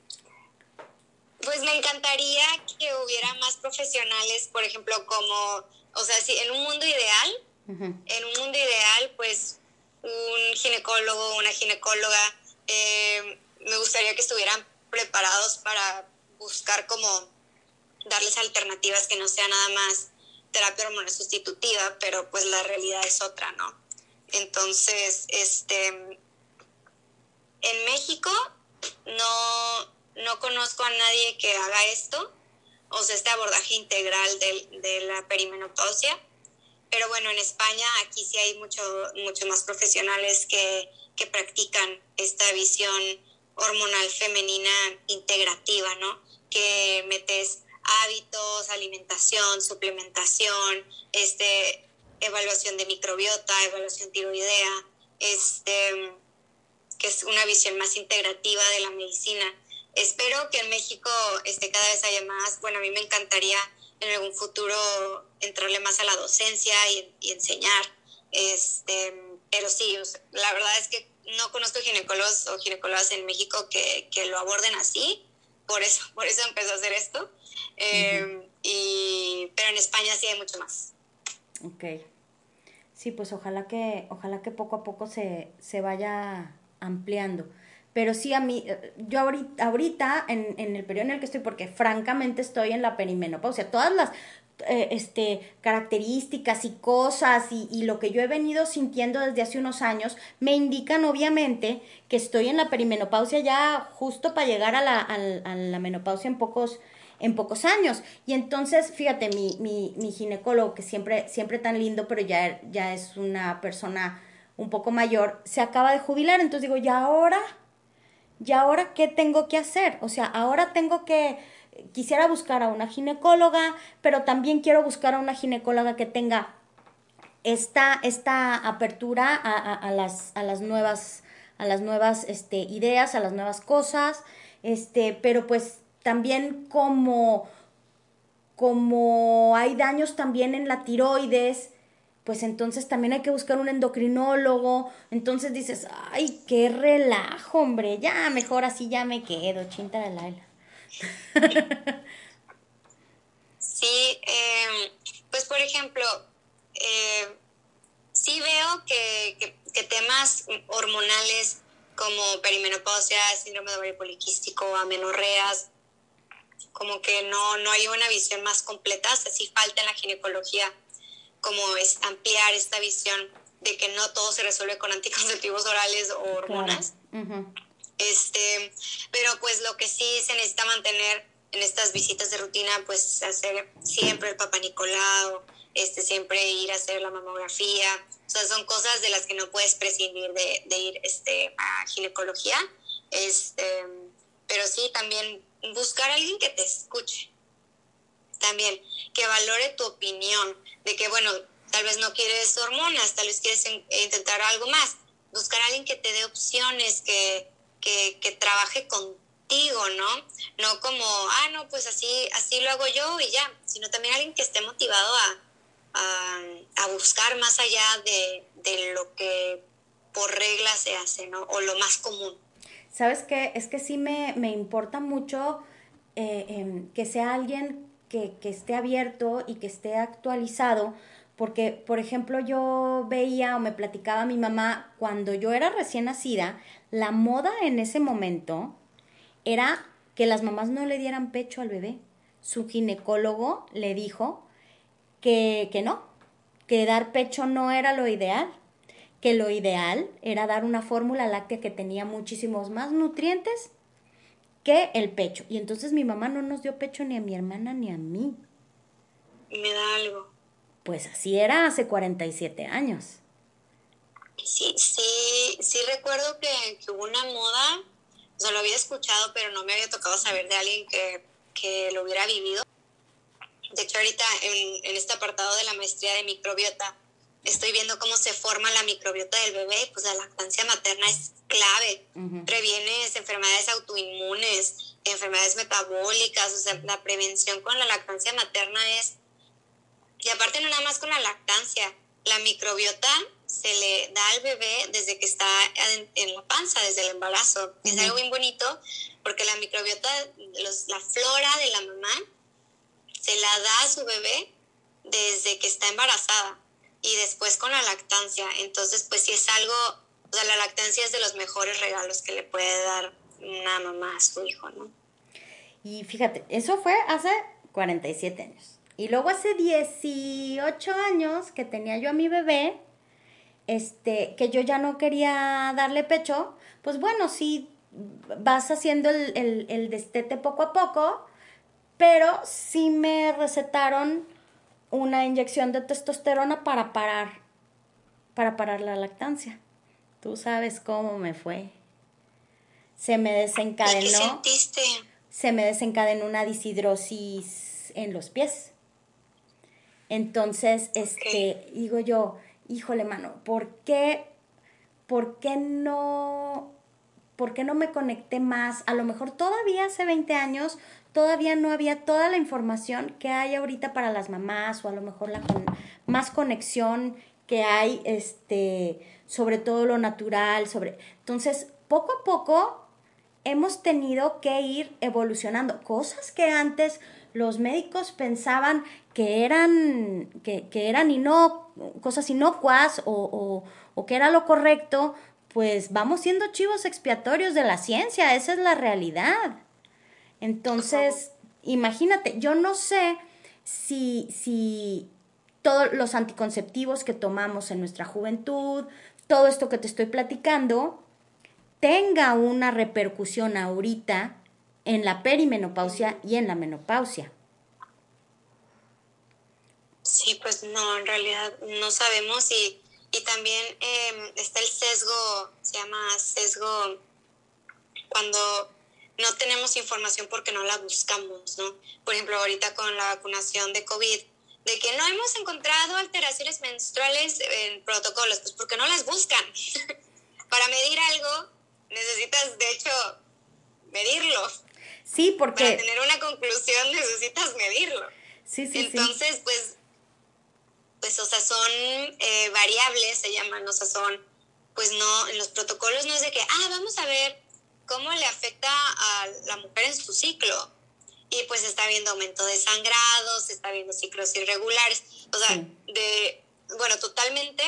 Pues me encantaría que hubiera más profesionales, por ejemplo, como... O sea, si en un mundo ideal, uh-huh. en un mundo ideal, pues un ginecólogo, una ginecóloga, eh, me gustaría que estuvieran preparados para buscar como darles alternativas que no sea nada más terapia hormonal sustitutiva, pero pues la realidad es otra, ¿no? Entonces, este, en México no, no conozco a nadie que haga esto, o sea, este abordaje integral de, de la perimenopausia. Pero bueno, en España aquí sí hay mucho, mucho más profesionales que, que practican esta visión hormonal femenina integrativa, ¿no? Que metes hábitos, alimentación, suplementación, este, evaluación de microbiota, evaluación tiroidea, este, que es una visión más integrativa de la medicina. Espero que en México este, cada vez haya más. Bueno, a mí me encantaría en algún futuro entrarle más a la docencia y, y enseñar. Este, pero sí, o sea, la verdad es que no conozco ginecólogos o ginecólogas en México que, que lo aborden así. Por eso, por eso empezó a hacer esto. Eh, uh-huh. y, pero en España sí hay mucho más. Ok. Sí, pues ojalá que, ojalá que poco a poco se, se vaya ampliando. Pero sí, a mí, yo ahorita, ahorita en, en el periodo en el que estoy, porque francamente estoy en la perimenopausia, todas las, eh, este, características y cosas y, y lo que yo he venido sintiendo desde hace unos años me indican obviamente que estoy en la perimenopausia ya justo para llegar a la, a, a la menopausia en pocos, en pocos años. Y entonces, fíjate, mi, mi, mi ginecólogo, que siempre, siempre tan lindo, pero ya, ya es una persona un poco mayor, se acaba de jubilar. Entonces digo, ¿y ahora? ¿Y ahora qué tengo que hacer? O sea, ahora tengo que, quisiera buscar a una ginecóloga, pero también quiero buscar a una ginecóloga que tenga esta, esta apertura a, a, a las, a las nuevas, a las nuevas este, ideas, a las nuevas cosas, este, pero pues también como, como hay daños también en la tiroides, pues entonces también hay que buscar un endocrinólogo. Entonces dices, ay, qué relajo, hombre, ya mejor así ya me quedo, chinta de Laila. Sí, eh, pues por ejemplo, eh, sí veo que, que, que temas hormonales como perimenopausia, síndrome de ovario poliquístico, amenorreas, como que no, no hay una visión más completa, o sea, sí falta en la ginecología como es ampliar esta visión de que no todo se resuelve con anticonceptivos orales o hormonas. Claro. Uh-huh. Este, pero pues lo que sí se necesita mantener en estas visitas de rutina, pues hacer siempre el Papá Nicolau, este, siempre ir a hacer la mamografía, o sea, son cosas de las que no puedes prescindir de, de ir este, a ginecología, este, pero sí también buscar a alguien que te escuche, también que valore tu opinión, de que bueno, tal vez no quieres hormonas, tal vez quieres en, intentar algo más, buscar a alguien que te dé opciones, que, que, que trabaje contigo, ¿no? No como, ah, no, pues así, así lo hago yo y ya, sino también alguien que esté motivado a, a, a buscar más allá de, de lo que por regla se hace, ¿no? O lo más común. ¿Sabes qué? Es que sí me, me importa mucho eh, eh, que sea alguien que, que esté abierto y que esté actualizado, porque, por ejemplo, yo veía o me platicaba mi mamá, cuando yo era recién nacida, la moda en ese momento era que las mamás no le dieran pecho al bebé. Su ginecólogo le dijo que, que no, que dar pecho no era lo ideal, que lo ideal era dar una fórmula láctea que tenía muchísimos más nutrientes que el pecho. Y entonces mi mamá no nos dio pecho ni a mi hermana ni a mí. Me da algo. Pues así era hace cuarenta y siete años. Sí, sí, sí recuerdo que, que hubo una moda, o sea, lo había escuchado, pero no me había tocado saber de alguien que, que lo hubiera vivido. De hecho, ahorita en, en este apartado de la maestría de microbiota, estoy viendo cómo se forma la microbiota del bebé. Pues la lactancia materna es clave. Uh-huh. Previenes enfermedades autoinmunes, enfermedades metabólicas, o sea, la prevención con la lactancia materna es... Y aparte no nada más con la lactancia, la microbiota se le da al bebé desde que está en, en la panza, desde el embarazo. Uh-huh. Es algo bien bonito porque la microbiota, los, la flora de la mamá, se la da a su bebé desde que está embarazada y después con la lactancia. Entonces, pues sí es algo, o sea, la lactancia es de los mejores regalos que le puede dar una mamá a su hijo, ¿no? Y fíjate, eso fue hace cuarenta y siete años. Y luego hace dieciocho años que tenía yo a mi bebé, este, que yo ya no quería darle pecho, pues bueno, sí vas haciendo el, el, el destete poco a poco, pero sí me recetaron una inyección de testosterona para parar, para parar la lactancia. Tú sabes cómo me fue. Se me desencadenó. ¿Y qué sentiste? Se me desencadenó una deshidrosis en los pies. Entonces, este, okay. digo yo, híjole, mano, ¿por qué, por qué no, por qué no me conecté más? A lo mejor todavía hace veinte años todavía no había toda la información que hay ahorita para las mamás, o a lo mejor la con, más conexión que hay, este, sobre todo lo natural, sobre... Entonces, poco a poco hemos tenido que ir evolucionando. Cosas que antes los médicos pensaban que eran, que, que eran ino, cosas inocuas o, o, o que era lo correcto, pues vamos siendo chivos expiatorios de la ciencia, esa es la realidad. Entonces, imagínate, yo no sé si, si todos los anticonceptivos que tomamos en nuestra juventud, todo esto que te estoy platicando, tenga una repercusión ahorita en la perimenopausia y en la menopausia. Sí, pues no, en realidad no sabemos y, y también eh, está el sesgo, se llama sesgo cuando no tenemos información porque no la buscamos, ¿no? Por ejemplo, ahorita con la vacunación de COVID, de que no hemos encontrado alteraciones menstruales en protocolos, pues porque no las buscan. Para medir algo necesitas, de hecho, medirlo. Sí, porque... Para tener una conclusión necesitas medirlo. Sí, sí, Entonces, sí. pues, pues, o sea, son eh, variables, se llaman, o sea, son, pues no, en los protocolos no es de que, ah, vamos a ver cómo le afecta a la mujer en su ciclo. Y pues está viendo aumento de sangrados, está viendo ciclos irregulares. O sea, sí. de, bueno, totalmente,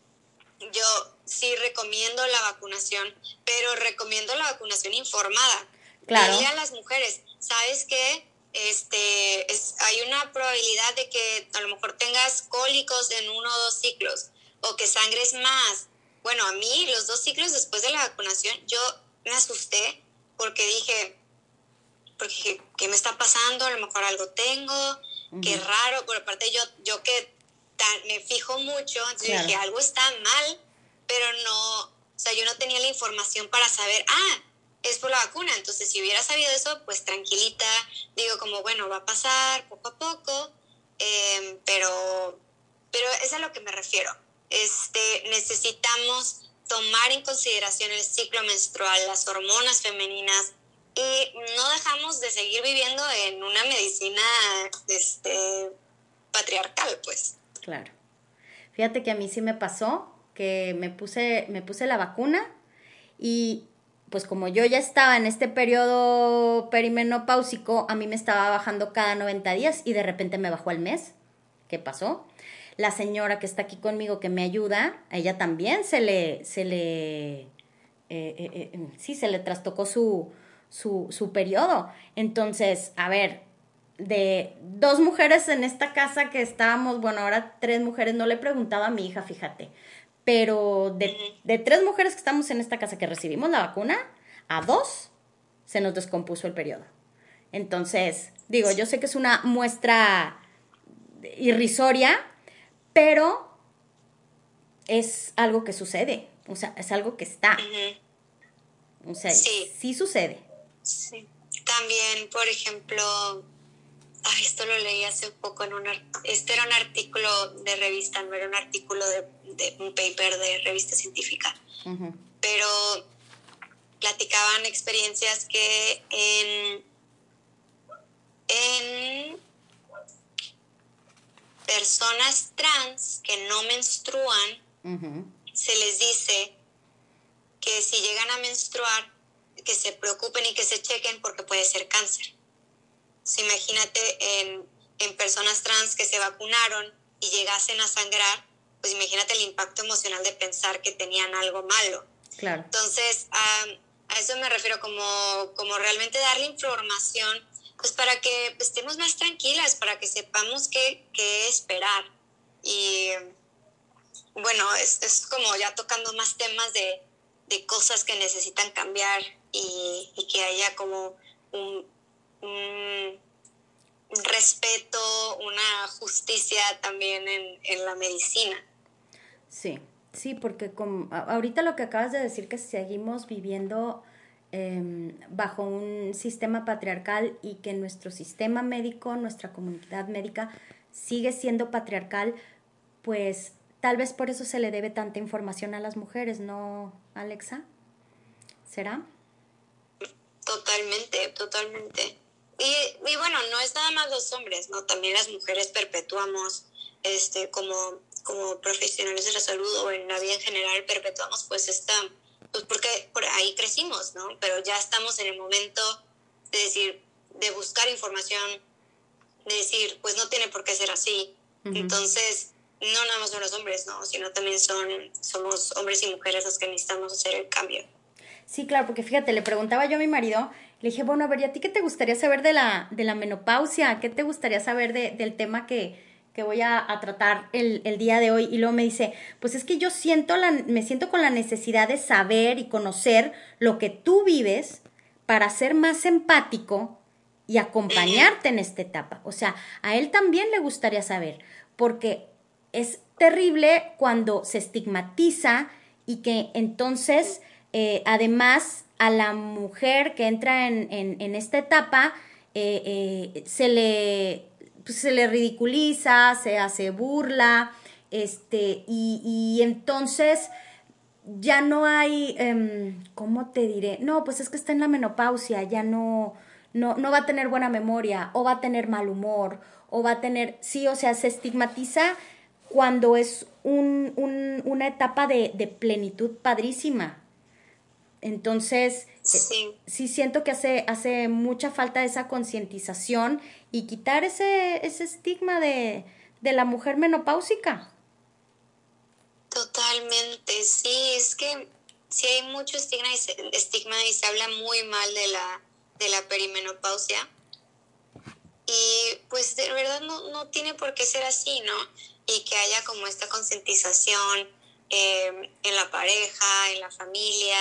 yo sí recomiendo la vacunación, pero recomiendo la vacunación informada. Claro. Dile a las mujeres, ¿sabes qué? Este, es, hay una probabilidad de que a lo mejor tengas cólicos en uno o dos ciclos, o que sangres más. Bueno, a mí los dos ciclos después de la vacunación, yo me asusté porque dije, porque dije, ¿qué me está pasando? A lo mejor algo tengo, uh-huh. Qué raro. Por aparte yo, yo que tan, me fijo mucho, entonces claro. Dije, algo está mal, pero no, o sea, yo no tenía la información para saber, ah, es por la vacuna. Entonces, si hubiera sabido eso, pues tranquilita, digo como, bueno, va a pasar poco a poco, eh, pero, pero es a lo que me refiero. Este, necesitamos tomar en consideración el ciclo menstrual, las hormonas femeninas, y no dejamos de seguir viviendo en una medicina este, patriarcal, pues. Claro. Fíjate que a mí sí me pasó que me puse, me puse la vacuna y pues como yo ya estaba en este periodo perimenopáusico, a mí me estaba bajando cada noventa días y de repente me bajó al mes. ¿Qué pasó? La señora que está aquí conmigo que me ayuda, a ella también se le, se le, eh, eh, eh, sí, se le trastocó su, su, su periodo. Entonces, a ver, de dos mujeres en esta casa que estábamos, bueno, ahora tres mujeres, no le he preguntado a mi hija, fíjate, pero de, de tres mujeres que estamos en esta casa que recibimos la vacuna, a dos se nos descompuso el periodo. Entonces, digo, yo sé que es una muestra irrisoria, pero es algo que sucede, o sea, es algo que está. O sea, sí, sí sucede. Sí. También, por ejemplo, ay, esto lo leí hace poco en un este era un artículo de revista, no era un artículo de, de un paper de revista científica, uh-huh. Pero platicaban experiencias que en en personas trans que no menstruan, uh-huh. Se les dice que si llegan a menstruar, que se preocupen y que se chequen porque puede ser cáncer. So, imagínate en, en personas trans que se vacunaron y llegasen a sangrar, pues imagínate el impacto emocional de pensar que tenían algo malo. Claro. Entonces, um, a eso me refiero como, como realmente darle información, pues para que estemos más tranquilas, para que sepamos qué, qué esperar. Y bueno, es, es como ya tocando más temas de, de cosas que necesitan cambiar y, y que haya como un... un respeto, una justicia también en, en la medicina. Sí, sí, porque como, ahorita lo que acabas de decir, que seguimos viviendo eh, bajo un sistema patriarcal y que nuestro sistema médico, nuestra comunidad médica sigue siendo patriarcal, pues tal vez por eso se le debe tanta información a las mujeres, ¿no, Alexa? ¿Será? Totalmente, totalmente. Y, y bueno, no es nada más los hombres, ¿no? También las mujeres perpetuamos, este, como, como profesionales de la salud o en la vida en general, perpetuamos pues esta, pues porque por ahí crecimos, ¿no? Pero ya estamos en el momento de decir, de buscar información, de decir, pues no tiene por qué ser así. Uh-huh. Entonces, no nada más son los hombres, ¿no? Sino también son, somos hombres y mujeres los que necesitamos hacer el cambio. Sí, claro, porque fíjate, le preguntaba yo a mi marido Le dije, bueno, a ver, ¿y a ti qué te gustaría saber de la, de la menopausia? ¿Qué te gustaría saber de, del tema que, que voy a, a tratar el, el día de hoy? Y luego me dice, pues es que yo siento la, me siento con la necesidad de saber y conocer lo que tú vives para ser más empático y acompañarte en esta etapa. O sea, a él también le gustaría saber, porque es terrible cuando se estigmatiza y que entonces, eh, además, a la mujer que entra en, en, en esta etapa, eh, eh, se le, pues, se le ridiculiza, se hace burla, este, y, y entonces ya no hay, um, ¿cómo te diré? No, pues es que está en la menopausia, ya no, no, no va a tener buena memoria, o va a tener mal humor, o va a tener, sí, o sea, se estigmatiza cuando es un, un, una etapa de, de plenitud padrísima. Entonces, Sí. eh, sí siento que hace, hace mucha falta esa concientización y quitar ese, ese estigma de, de la mujer menopáusica. Totalmente, sí, es que sí hay mucho estigma y se, estigma y se habla muy mal de la, de la perimenopausia. Y pues de verdad no, no tiene por qué ser así, ¿no? Y que haya como esta concientización eh, en la pareja, en la familia,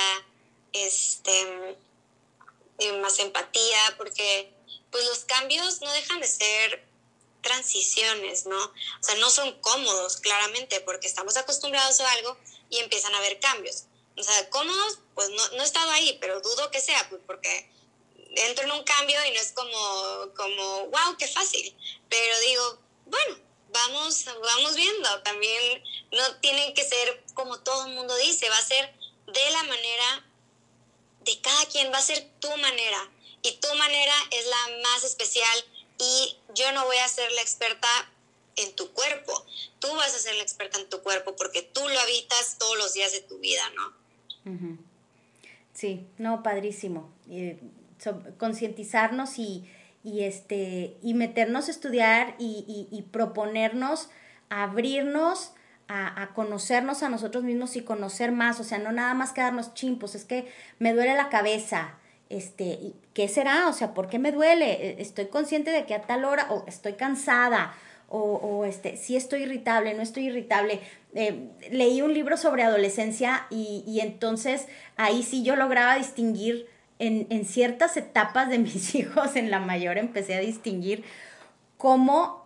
este, eh, más empatía, porque pues los cambios no dejan de ser transiciones, ¿no? O sea, no son cómodos, claramente, porque estamos acostumbrados a algo y empiezan a haber cambios. O sea, cómodos, pues no, no he estado ahí, pero dudo que sea, pues porque entro en un cambio y no es como, como wow, qué fácil. Pero digo, bueno, vamos, vamos viendo. También no tiene que ser como todo el mundo dice, va a ser de la manera de cada quien, va a ser tu manera. Y tu manera es la más especial y yo no voy a ser la experta en tu cuerpo. Tú vas a ser la experta en tu cuerpo porque tú lo habitas todos los días de tu vida, ¿no? Uh-huh. Sí, no, padrísimo. Eh, so, concientizarnos y, y, este, y meternos a estudiar y, y, y proponernos, abrirnos a, a conocernos a nosotros mismos y conocer más. O sea, no nada más quedarnos chimpos, es que me duele la cabeza. Este, ¿qué será? O sea, ¿por qué me duele? Estoy consciente de que a tal hora, o estoy cansada, o, o este, sí estoy irritable, no estoy irritable. Eh, leí un libro sobre adolescencia y, y entonces ahí sí yo lograba distinguir en, en ciertas etapas de mis hijos, en la mayor empecé a distinguir cómo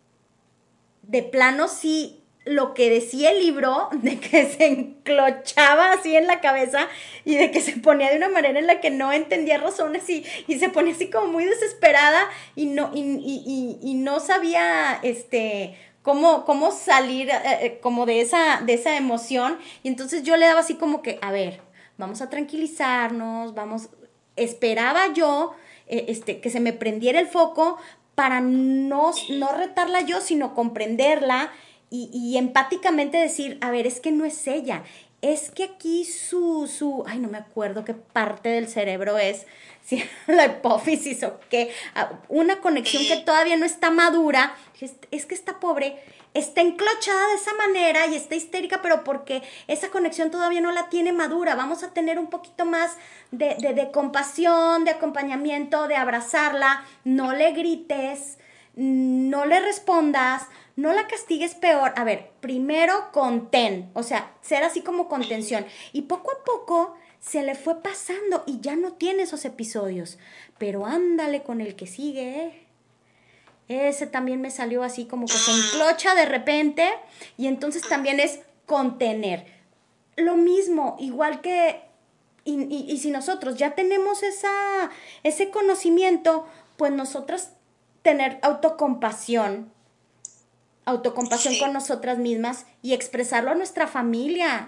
de plano sí lo que decía el libro, de que se enclochaba así en la cabeza y de que se ponía de una manera en la que no entendía razones y, y se ponía así como muy desesperada y no, y, y, y, y no sabía este cómo, cómo salir eh, como de esa, de esa emoción. Y entonces yo le daba así como que, a ver, vamos a tranquilizarnos, vamos, esperaba yo eh, este, que se me prendiera el foco para no, no retarla yo, sino comprenderla. Y, y empáticamente decir, a ver, es que no es ella, es que aquí su, su, ay, no me acuerdo qué parte del cerebro es, si la hipófisis o qué, una conexión que todavía no está madura, es, es que esta pobre está enclochada de esa manera y está histérica, pero porque esa conexión todavía no la tiene madura. Vamos a tener un poquito más de, de, de compasión, de acompañamiento, de abrazarla, no le grites, no le respondas, no la castigues peor. A ver, primero contén, o sea, ser así como contención. Y poco a poco se le fue pasando y ya no tiene esos episodios. Pero ándale con el que sigue, ¿eh? Ese también me salió así como que se enclocha de repente y entonces también es contener. Lo mismo, igual que, y, y, y si nosotros ya tenemos esa, ese conocimiento, pues nosotras tener autocompasión, autocompasión sí. con nosotras mismas y expresarlo a nuestra familia.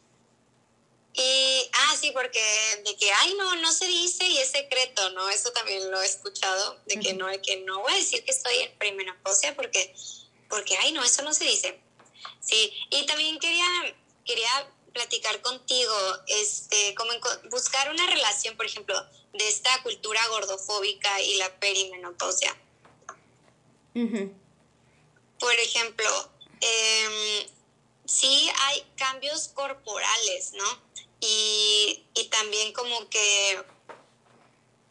Y, ah, sí, porque de que, ay, no, no se dice y es secreto, ¿no? Eso también lo he escuchado, de que, uh-huh. no, de que no voy a decir que estoy en perimenopausia porque, porque, ay, no, eso no se dice. Sí, y también quería, quería platicar contigo, este, como en, buscar una relación, por ejemplo, de esta cultura gordofóbica y la perimenopausia. Uh-huh. Por ejemplo, eh, sí hay cambios corporales, ¿no? Y, y también como que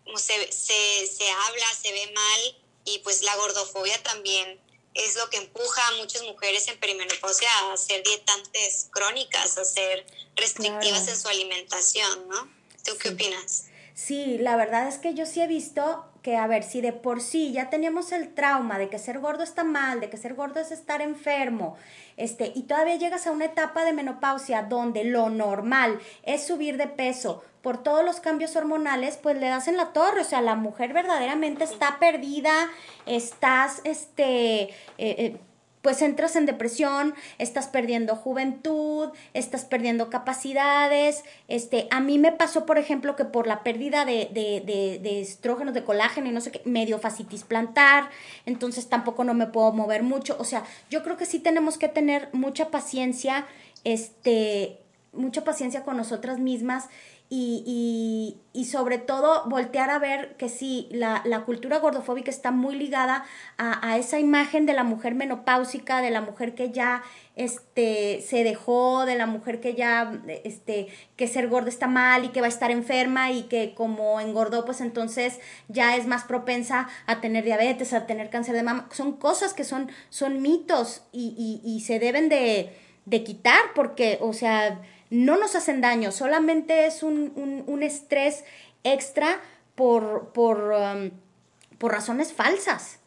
se, se, se habla, se ve mal, y pues la gordofobia también es lo que empuja a muchas mujeres en perimenopausia a ser dietantes crónicas, a ser restrictivas claro. en su alimentación, ¿no? ¿Tú sí. qué opinas? Sí, la verdad es que yo sí he visto que, a ver, si de por sí ya teníamos el trauma de que ser gordo está mal, de que ser gordo es estar enfermo, este, y todavía llegas a una etapa de menopausia donde lo normal es subir de peso por todos los cambios hormonales, pues le das en la torre. O sea, la mujer verdaderamente está perdida, estás, este, eh, eh, pues entras en depresión, estás perdiendo juventud, estás perdiendo capacidades. Este, a mí me pasó, por ejemplo, que por la pérdida de, de, de, de estrógenos, de colágeno y no sé qué, me dio fascitis plantar, entonces tampoco no me puedo mover mucho. O sea, yo creo que sí tenemos que tener mucha paciencia, este, mucha paciencia con nosotras mismas. Y, y, y sobre todo voltear a ver que sí, la, la cultura gordofóbica está muy ligada a, a esa imagen de la mujer menopáusica, de la mujer que ya este, se dejó, de la mujer que ya, este, que ser gorda está mal y que va a estar enferma y que como engordó, pues entonces ya es más propensa a tener diabetes, a tener cáncer de mama. Son cosas que son, son mitos y, y, y se deben de, de quitar porque, o sea, no nos hacen daño, solamente es un, un, un estrés extra por, por, um, por razones falsas.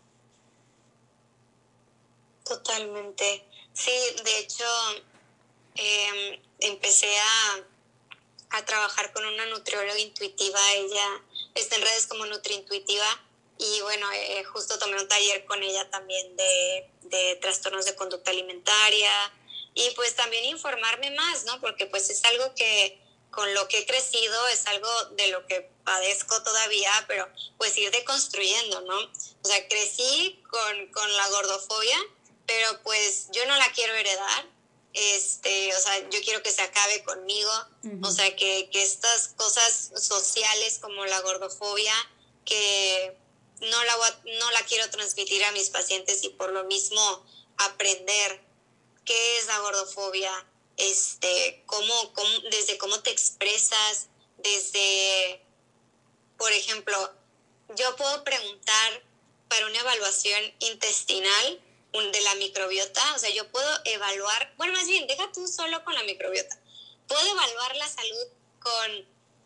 Totalmente. Sí, de hecho, eh, empecé a, a trabajar con una nutrióloga intuitiva. Ella está en redes como NutriIntuitiva y bueno, eh, justo tomé un taller con ella también de, de trastornos de conducta alimentaria. Y pues también informarme más, ¿no? Porque pues es algo que con lo que he crecido, es algo de lo que padezco todavía, pero pues ir deconstruyendo, ¿no? O sea, crecí con, con la gordofobia, pero pues yo no la quiero heredar. Este, o sea, yo quiero que se acabe conmigo. Uh-huh. O sea, que, que estas cosas sociales como la gordofobia, que no la, no la quiero transmitir a mis pacientes y por lo mismo aprender qué es la gordofobia, este, cómo, cómo, desde cómo te expresas, desde, por ejemplo, yo puedo preguntar para una evaluación intestinal de la microbiota, o sea, yo puedo evaluar, bueno, más bien, deja tú solo con la microbiota, puedo evaluar la salud con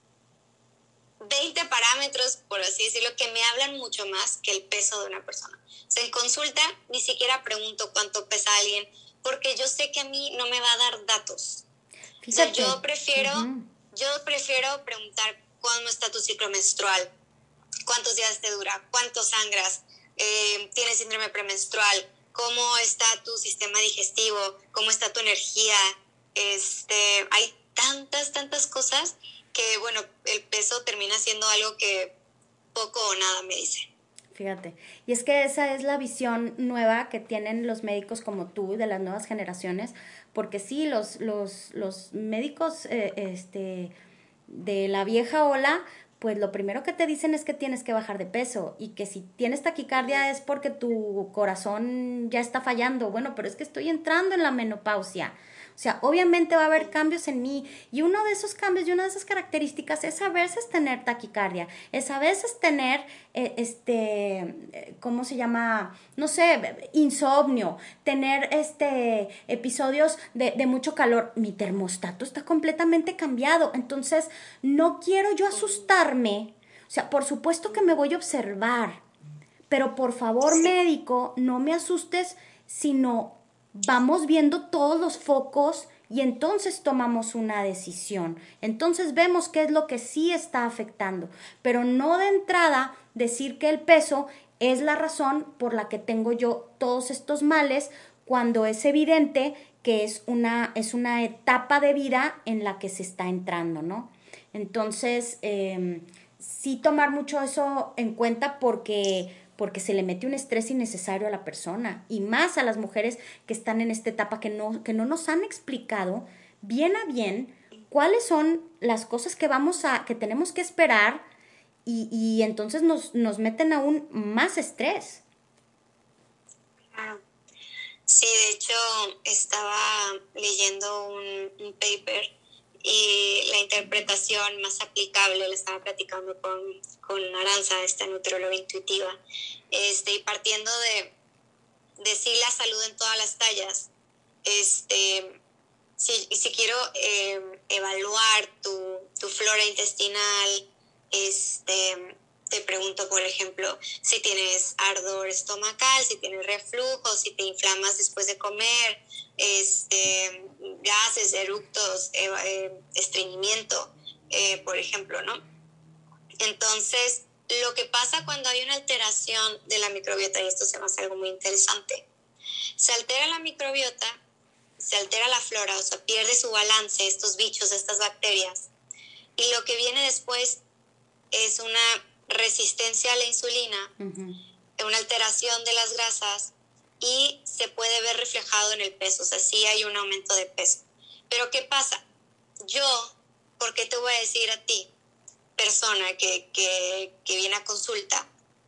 veinte parámetros, por así decirlo, que me hablan mucho más que el peso de una persona. O sea, en consulta ni siquiera pregunto cuánto pesa alguien, porque yo sé que a mí no me va a dar datos. Fíjate. O sea, yo prefiero, uh-huh. yo prefiero preguntar cómo está tu ciclo menstrual, cuántos días te dura, cuánto sangras, eh, tienes síndrome premenstrual, cómo está tu sistema digestivo, cómo está tu energía. Este, hay tantas, tantas cosas que, bueno, el peso termina siendo algo que poco o nada me dice. Fíjate, y es que esa es la visión nueva que tienen los médicos como tú, de las nuevas generaciones, porque sí, los, los, los médicos eh, este, de la vieja ola, pues lo primero que te dicen es que tienes que bajar de peso y que si tienes taquicardia es porque tu corazón ya está fallando. Bueno, pero es que estoy entrando en la menopausia. O sea, obviamente va a haber cambios en mí y uno de esos cambios y una de esas características es a veces tener taquicardia, es a veces tener, eh, este, ¿cómo se llama? No sé, insomnio, tener este, episodios de, de mucho calor. Mi termostato está completamente cambiado, entonces no quiero yo asustarme. O sea, por supuesto que me voy a observar, pero por favor, médico, no me asustes, sino vamos viendo todos los focos y entonces tomamos una decisión. Entonces vemos qué es lo que sí está afectando, pero no de entrada decir que el peso es la razón por la que tengo yo todos estos males, cuando es evidente que es una, es una etapa de vida en la que se está entrando, ¿no? Entonces, eh, sí tomar mucho eso en cuenta porque... porque se le mete un estrés innecesario a la persona y más a las mujeres que están en esta etapa que no, que no nos han explicado bien a bien cuáles son las cosas que vamos a, que tenemos que esperar y, y entonces nos, nos meten aún más estrés. Sí, de hecho estaba leyendo un, un paper y la interpretación más aplicable, le estaba platicando con, con Aranza, esta nutrióloga intuitiva, este, y partiendo de, de sí la salud en todas las tallas, este, si, si quiero eh, evaluar tu, tu flora intestinal, este, te pregunto, por ejemplo, si tienes ardor estomacal, si tienes reflujo, si te inflamas después de comer, este, gases, eructos, eh, eh, estreñimiento, eh, por ejemplo, ¿no? Entonces, lo que pasa cuando hay una alteración de la microbiota, y esto se me hace algo muy interesante, se altera la microbiota, se altera la flora, o sea, pierde su balance estos bichos, estas bacterias, y lo que viene después es una resistencia a la insulina, uh-huh. una alteración de las grasas, y se puede ver reflejado en el peso, o sea, sí hay un aumento de peso. Pero ¿qué pasa? Yo, ¿por qué te voy a decir a ti, persona que, que, que viene a consulta,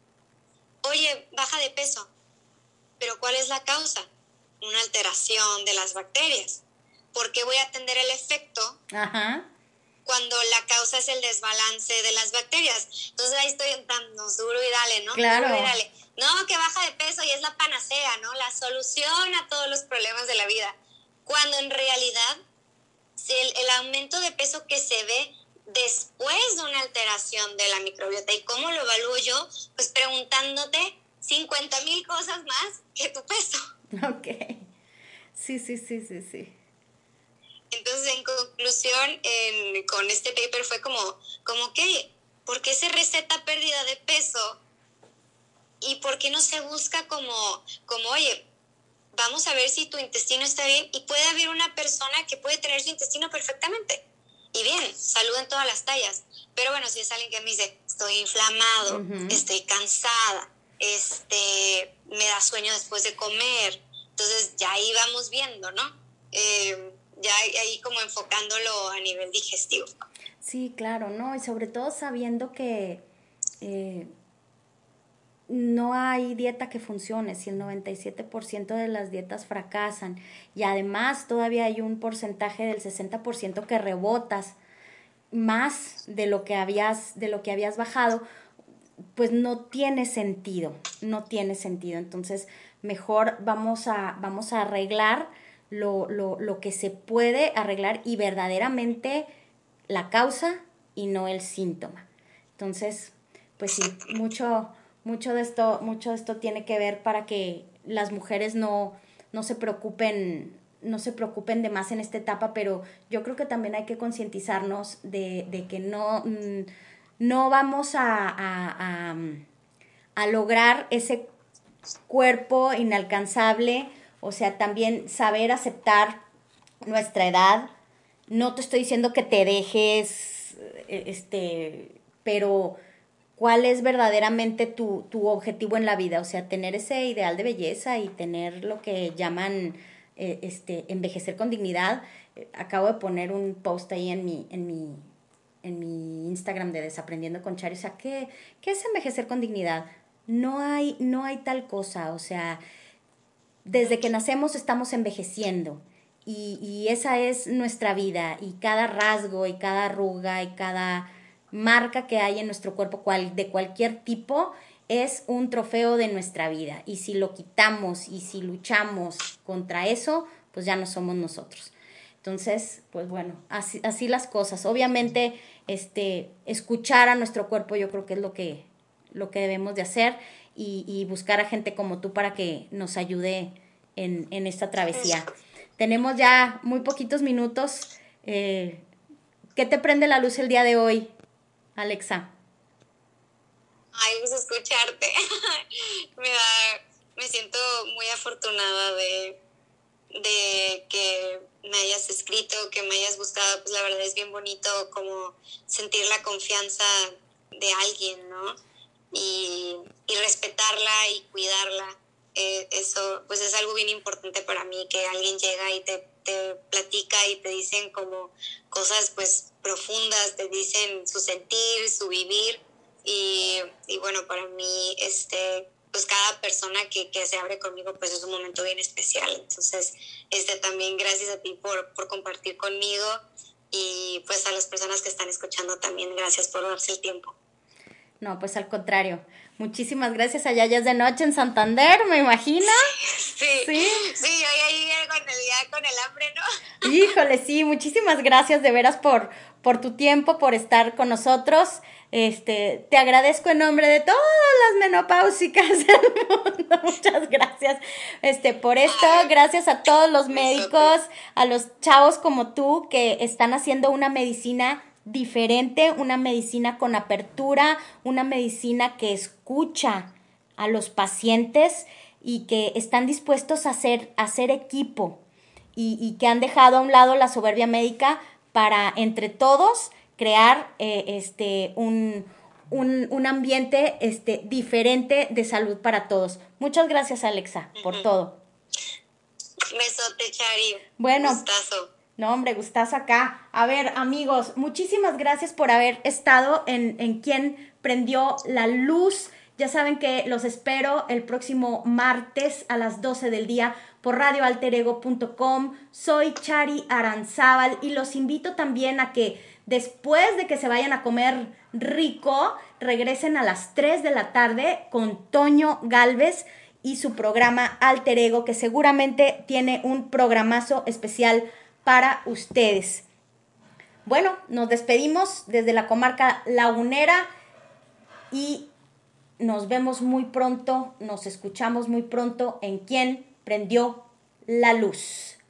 oye, baja de peso, pero ¿cuál es la causa? Una alteración de las bacterias. ¿Por qué voy a atender el efecto? Ajá. Cuando la causa es el desbalance de las bacterias. Entonces ahí estoy dando duro y dale, ¿no? Claro. Duro y dale. No, que baja de peso y es la panacea, ¿no? La solución a todos los problemas de la vida. Cuando en realidad el, el aumento de peso que se ve después de una alteración de la microbiota, ¿y cómo lo evalúo yo? Pues preguntándote cincuenta mil cosas más que tu peso. Ok. Sí, sí, sí, sí, sí. Entonces, en conclusión, en, con este paper fue como, como que, ¿por qué se receta pérdida de peso? ¿Y por qué no se busca como, como, oye, vamos a ver si tu intestino está bien? Y puede haber una persona que puede tener su intestino perfectamente. Y bien, salud en todas las tallas. Pero bueno, si es alguien que me dice, estoy inflamado, uh-huh. estoy cansada, este, me da sueño después de comer. Entonces, ya ahí vamos viendo, ¿no? Eh, ya ahí como enfocándolo a nivel digestivo. Sí, claro, ¿no? Y sobre todo sabiendo que eh, no hay dieta que funcione, si el noventa y siete por ciento de las dietas fracasan y además todavía hay un porcentaje del sesenta por ciento que rebotas más de lo que habías, de lo que habías bajado, pues no tiene sentido, no tiene sentido. Entonces, mejor vamos a, vamos a arreglar Lo, lo, lo que se puede arreglar y verdaderamente la causa y no el síntoma. Entonces, pues sí, mucho, mucho de esto, mucho de esto tiene que ver para que las mujeres no, no se preocupen, no se preocupen de más en esta etapa, pero yo creo que también hay que concientizarnos de, de que no, no vamos a, a, a, a lograr ese cuerpo inalcanzable. O sea, también saber aceptar nuestra edad. No te estoy diciendo que te dejes, este, pero ¿cuál es verdaderamente tu, tu objetivo en la vida? O sea, tener ese ideal de belleza y tener lo que llaman eh, este, envejecer con dignidad. Acabo de poner un post ahí en mi, en mi, en mi Instagram de Desaprendiendo con Chari. O sea, ¿qué, qué es envejecer con dignidad? No hay, no hay tal cosa, o sea, desde que nacemos estamos envejeciendo y, y esa es nuestra vida y cada rasgo y cada arruga y cada marca que hay en nuestro cuerpo cual, de cualquier tipo es un trofeo de nuestra vida y si lo quitamos y si luchamos contra eso, pues ya no somos nosotros. Entonces, pues bueno, así, así las cosas. Obviamente, este, escuchar a nuestro cuerpo yo creo que es lo que, lo que debemos de hacer y, y buscar a gente como tú para que nos ayude en, en esta travesía. Tenemos ya muy poquitos minutos. Eh, ¿Qué te prende la luz el día de hoy, Alexa? Ay, pues escucharte. me da, me siento muy afortunada de, de que me hayas escrito, que me hayas buscado. Pues la verdad es bien bonito como sentir la confianza de alguien, ¿no? Y, y respetarla y cuidarla. Eh, eso pues es algo bien importante para mí, que alguien llega y te, te platica y te dicen como cosas pues profundas, te dicen su sentir, su vivir y, y bueno, para mí este pues cada persona que, que se abre conmigo pues es un momento bien especial. Entonces este también gracias a ti por, por compartir conmigo y pues a las personas que están escuchando también, gracias por darse el tiempo. No, pues al contrario. Muchísimas gracias. Allá ya es de noche en Santander, me imagino. Sí, sí, sí, hoy ahí con el día con el hambre, ¿no? Híjole, sí, muchísimas gracias de veras por, por tu tiempo, por estar con nosotros. Este, te agradezco en nombre de todas las menopáusicas del mundo. Muchas gracias. Este, por esto, Ay, gracias a todos los besote. médicos, a los chavos como tú que están haciendo una medicina diferente, una medicina con apertura, una medicina que escucha a los pacientes y que están dispuestos a hacer, a hacer equipo y, y que han dejado a un lado la soberbia médica para entre todos crear eh, este un, un, un ambiente este, diferente de salud para todos. Muchas gracias, Alexa, por uh-huh. todo. Besote, Chari. Bueno. Gustazo. No, hombre, gustazo acá. A ver, amigos, muchísimas gracias por haber estado en, en Quien Prendió la Luz. Ya saben que los espero el próximo martes a las doce del día por radio alter ego punto com. Soy Chari Aranzábal y los invito también a que después de que se vayan a comer rico, regresen a las tres de la tarde con Toño Galvez y su programa Alter Ego, que seguramente tiene un programazo especial para ustedes. Bueno, nos despedimos desde la comarca lagunera y nos vemos muy pronto, nos escuchamos muy pronto en Quien Prendió la Luz.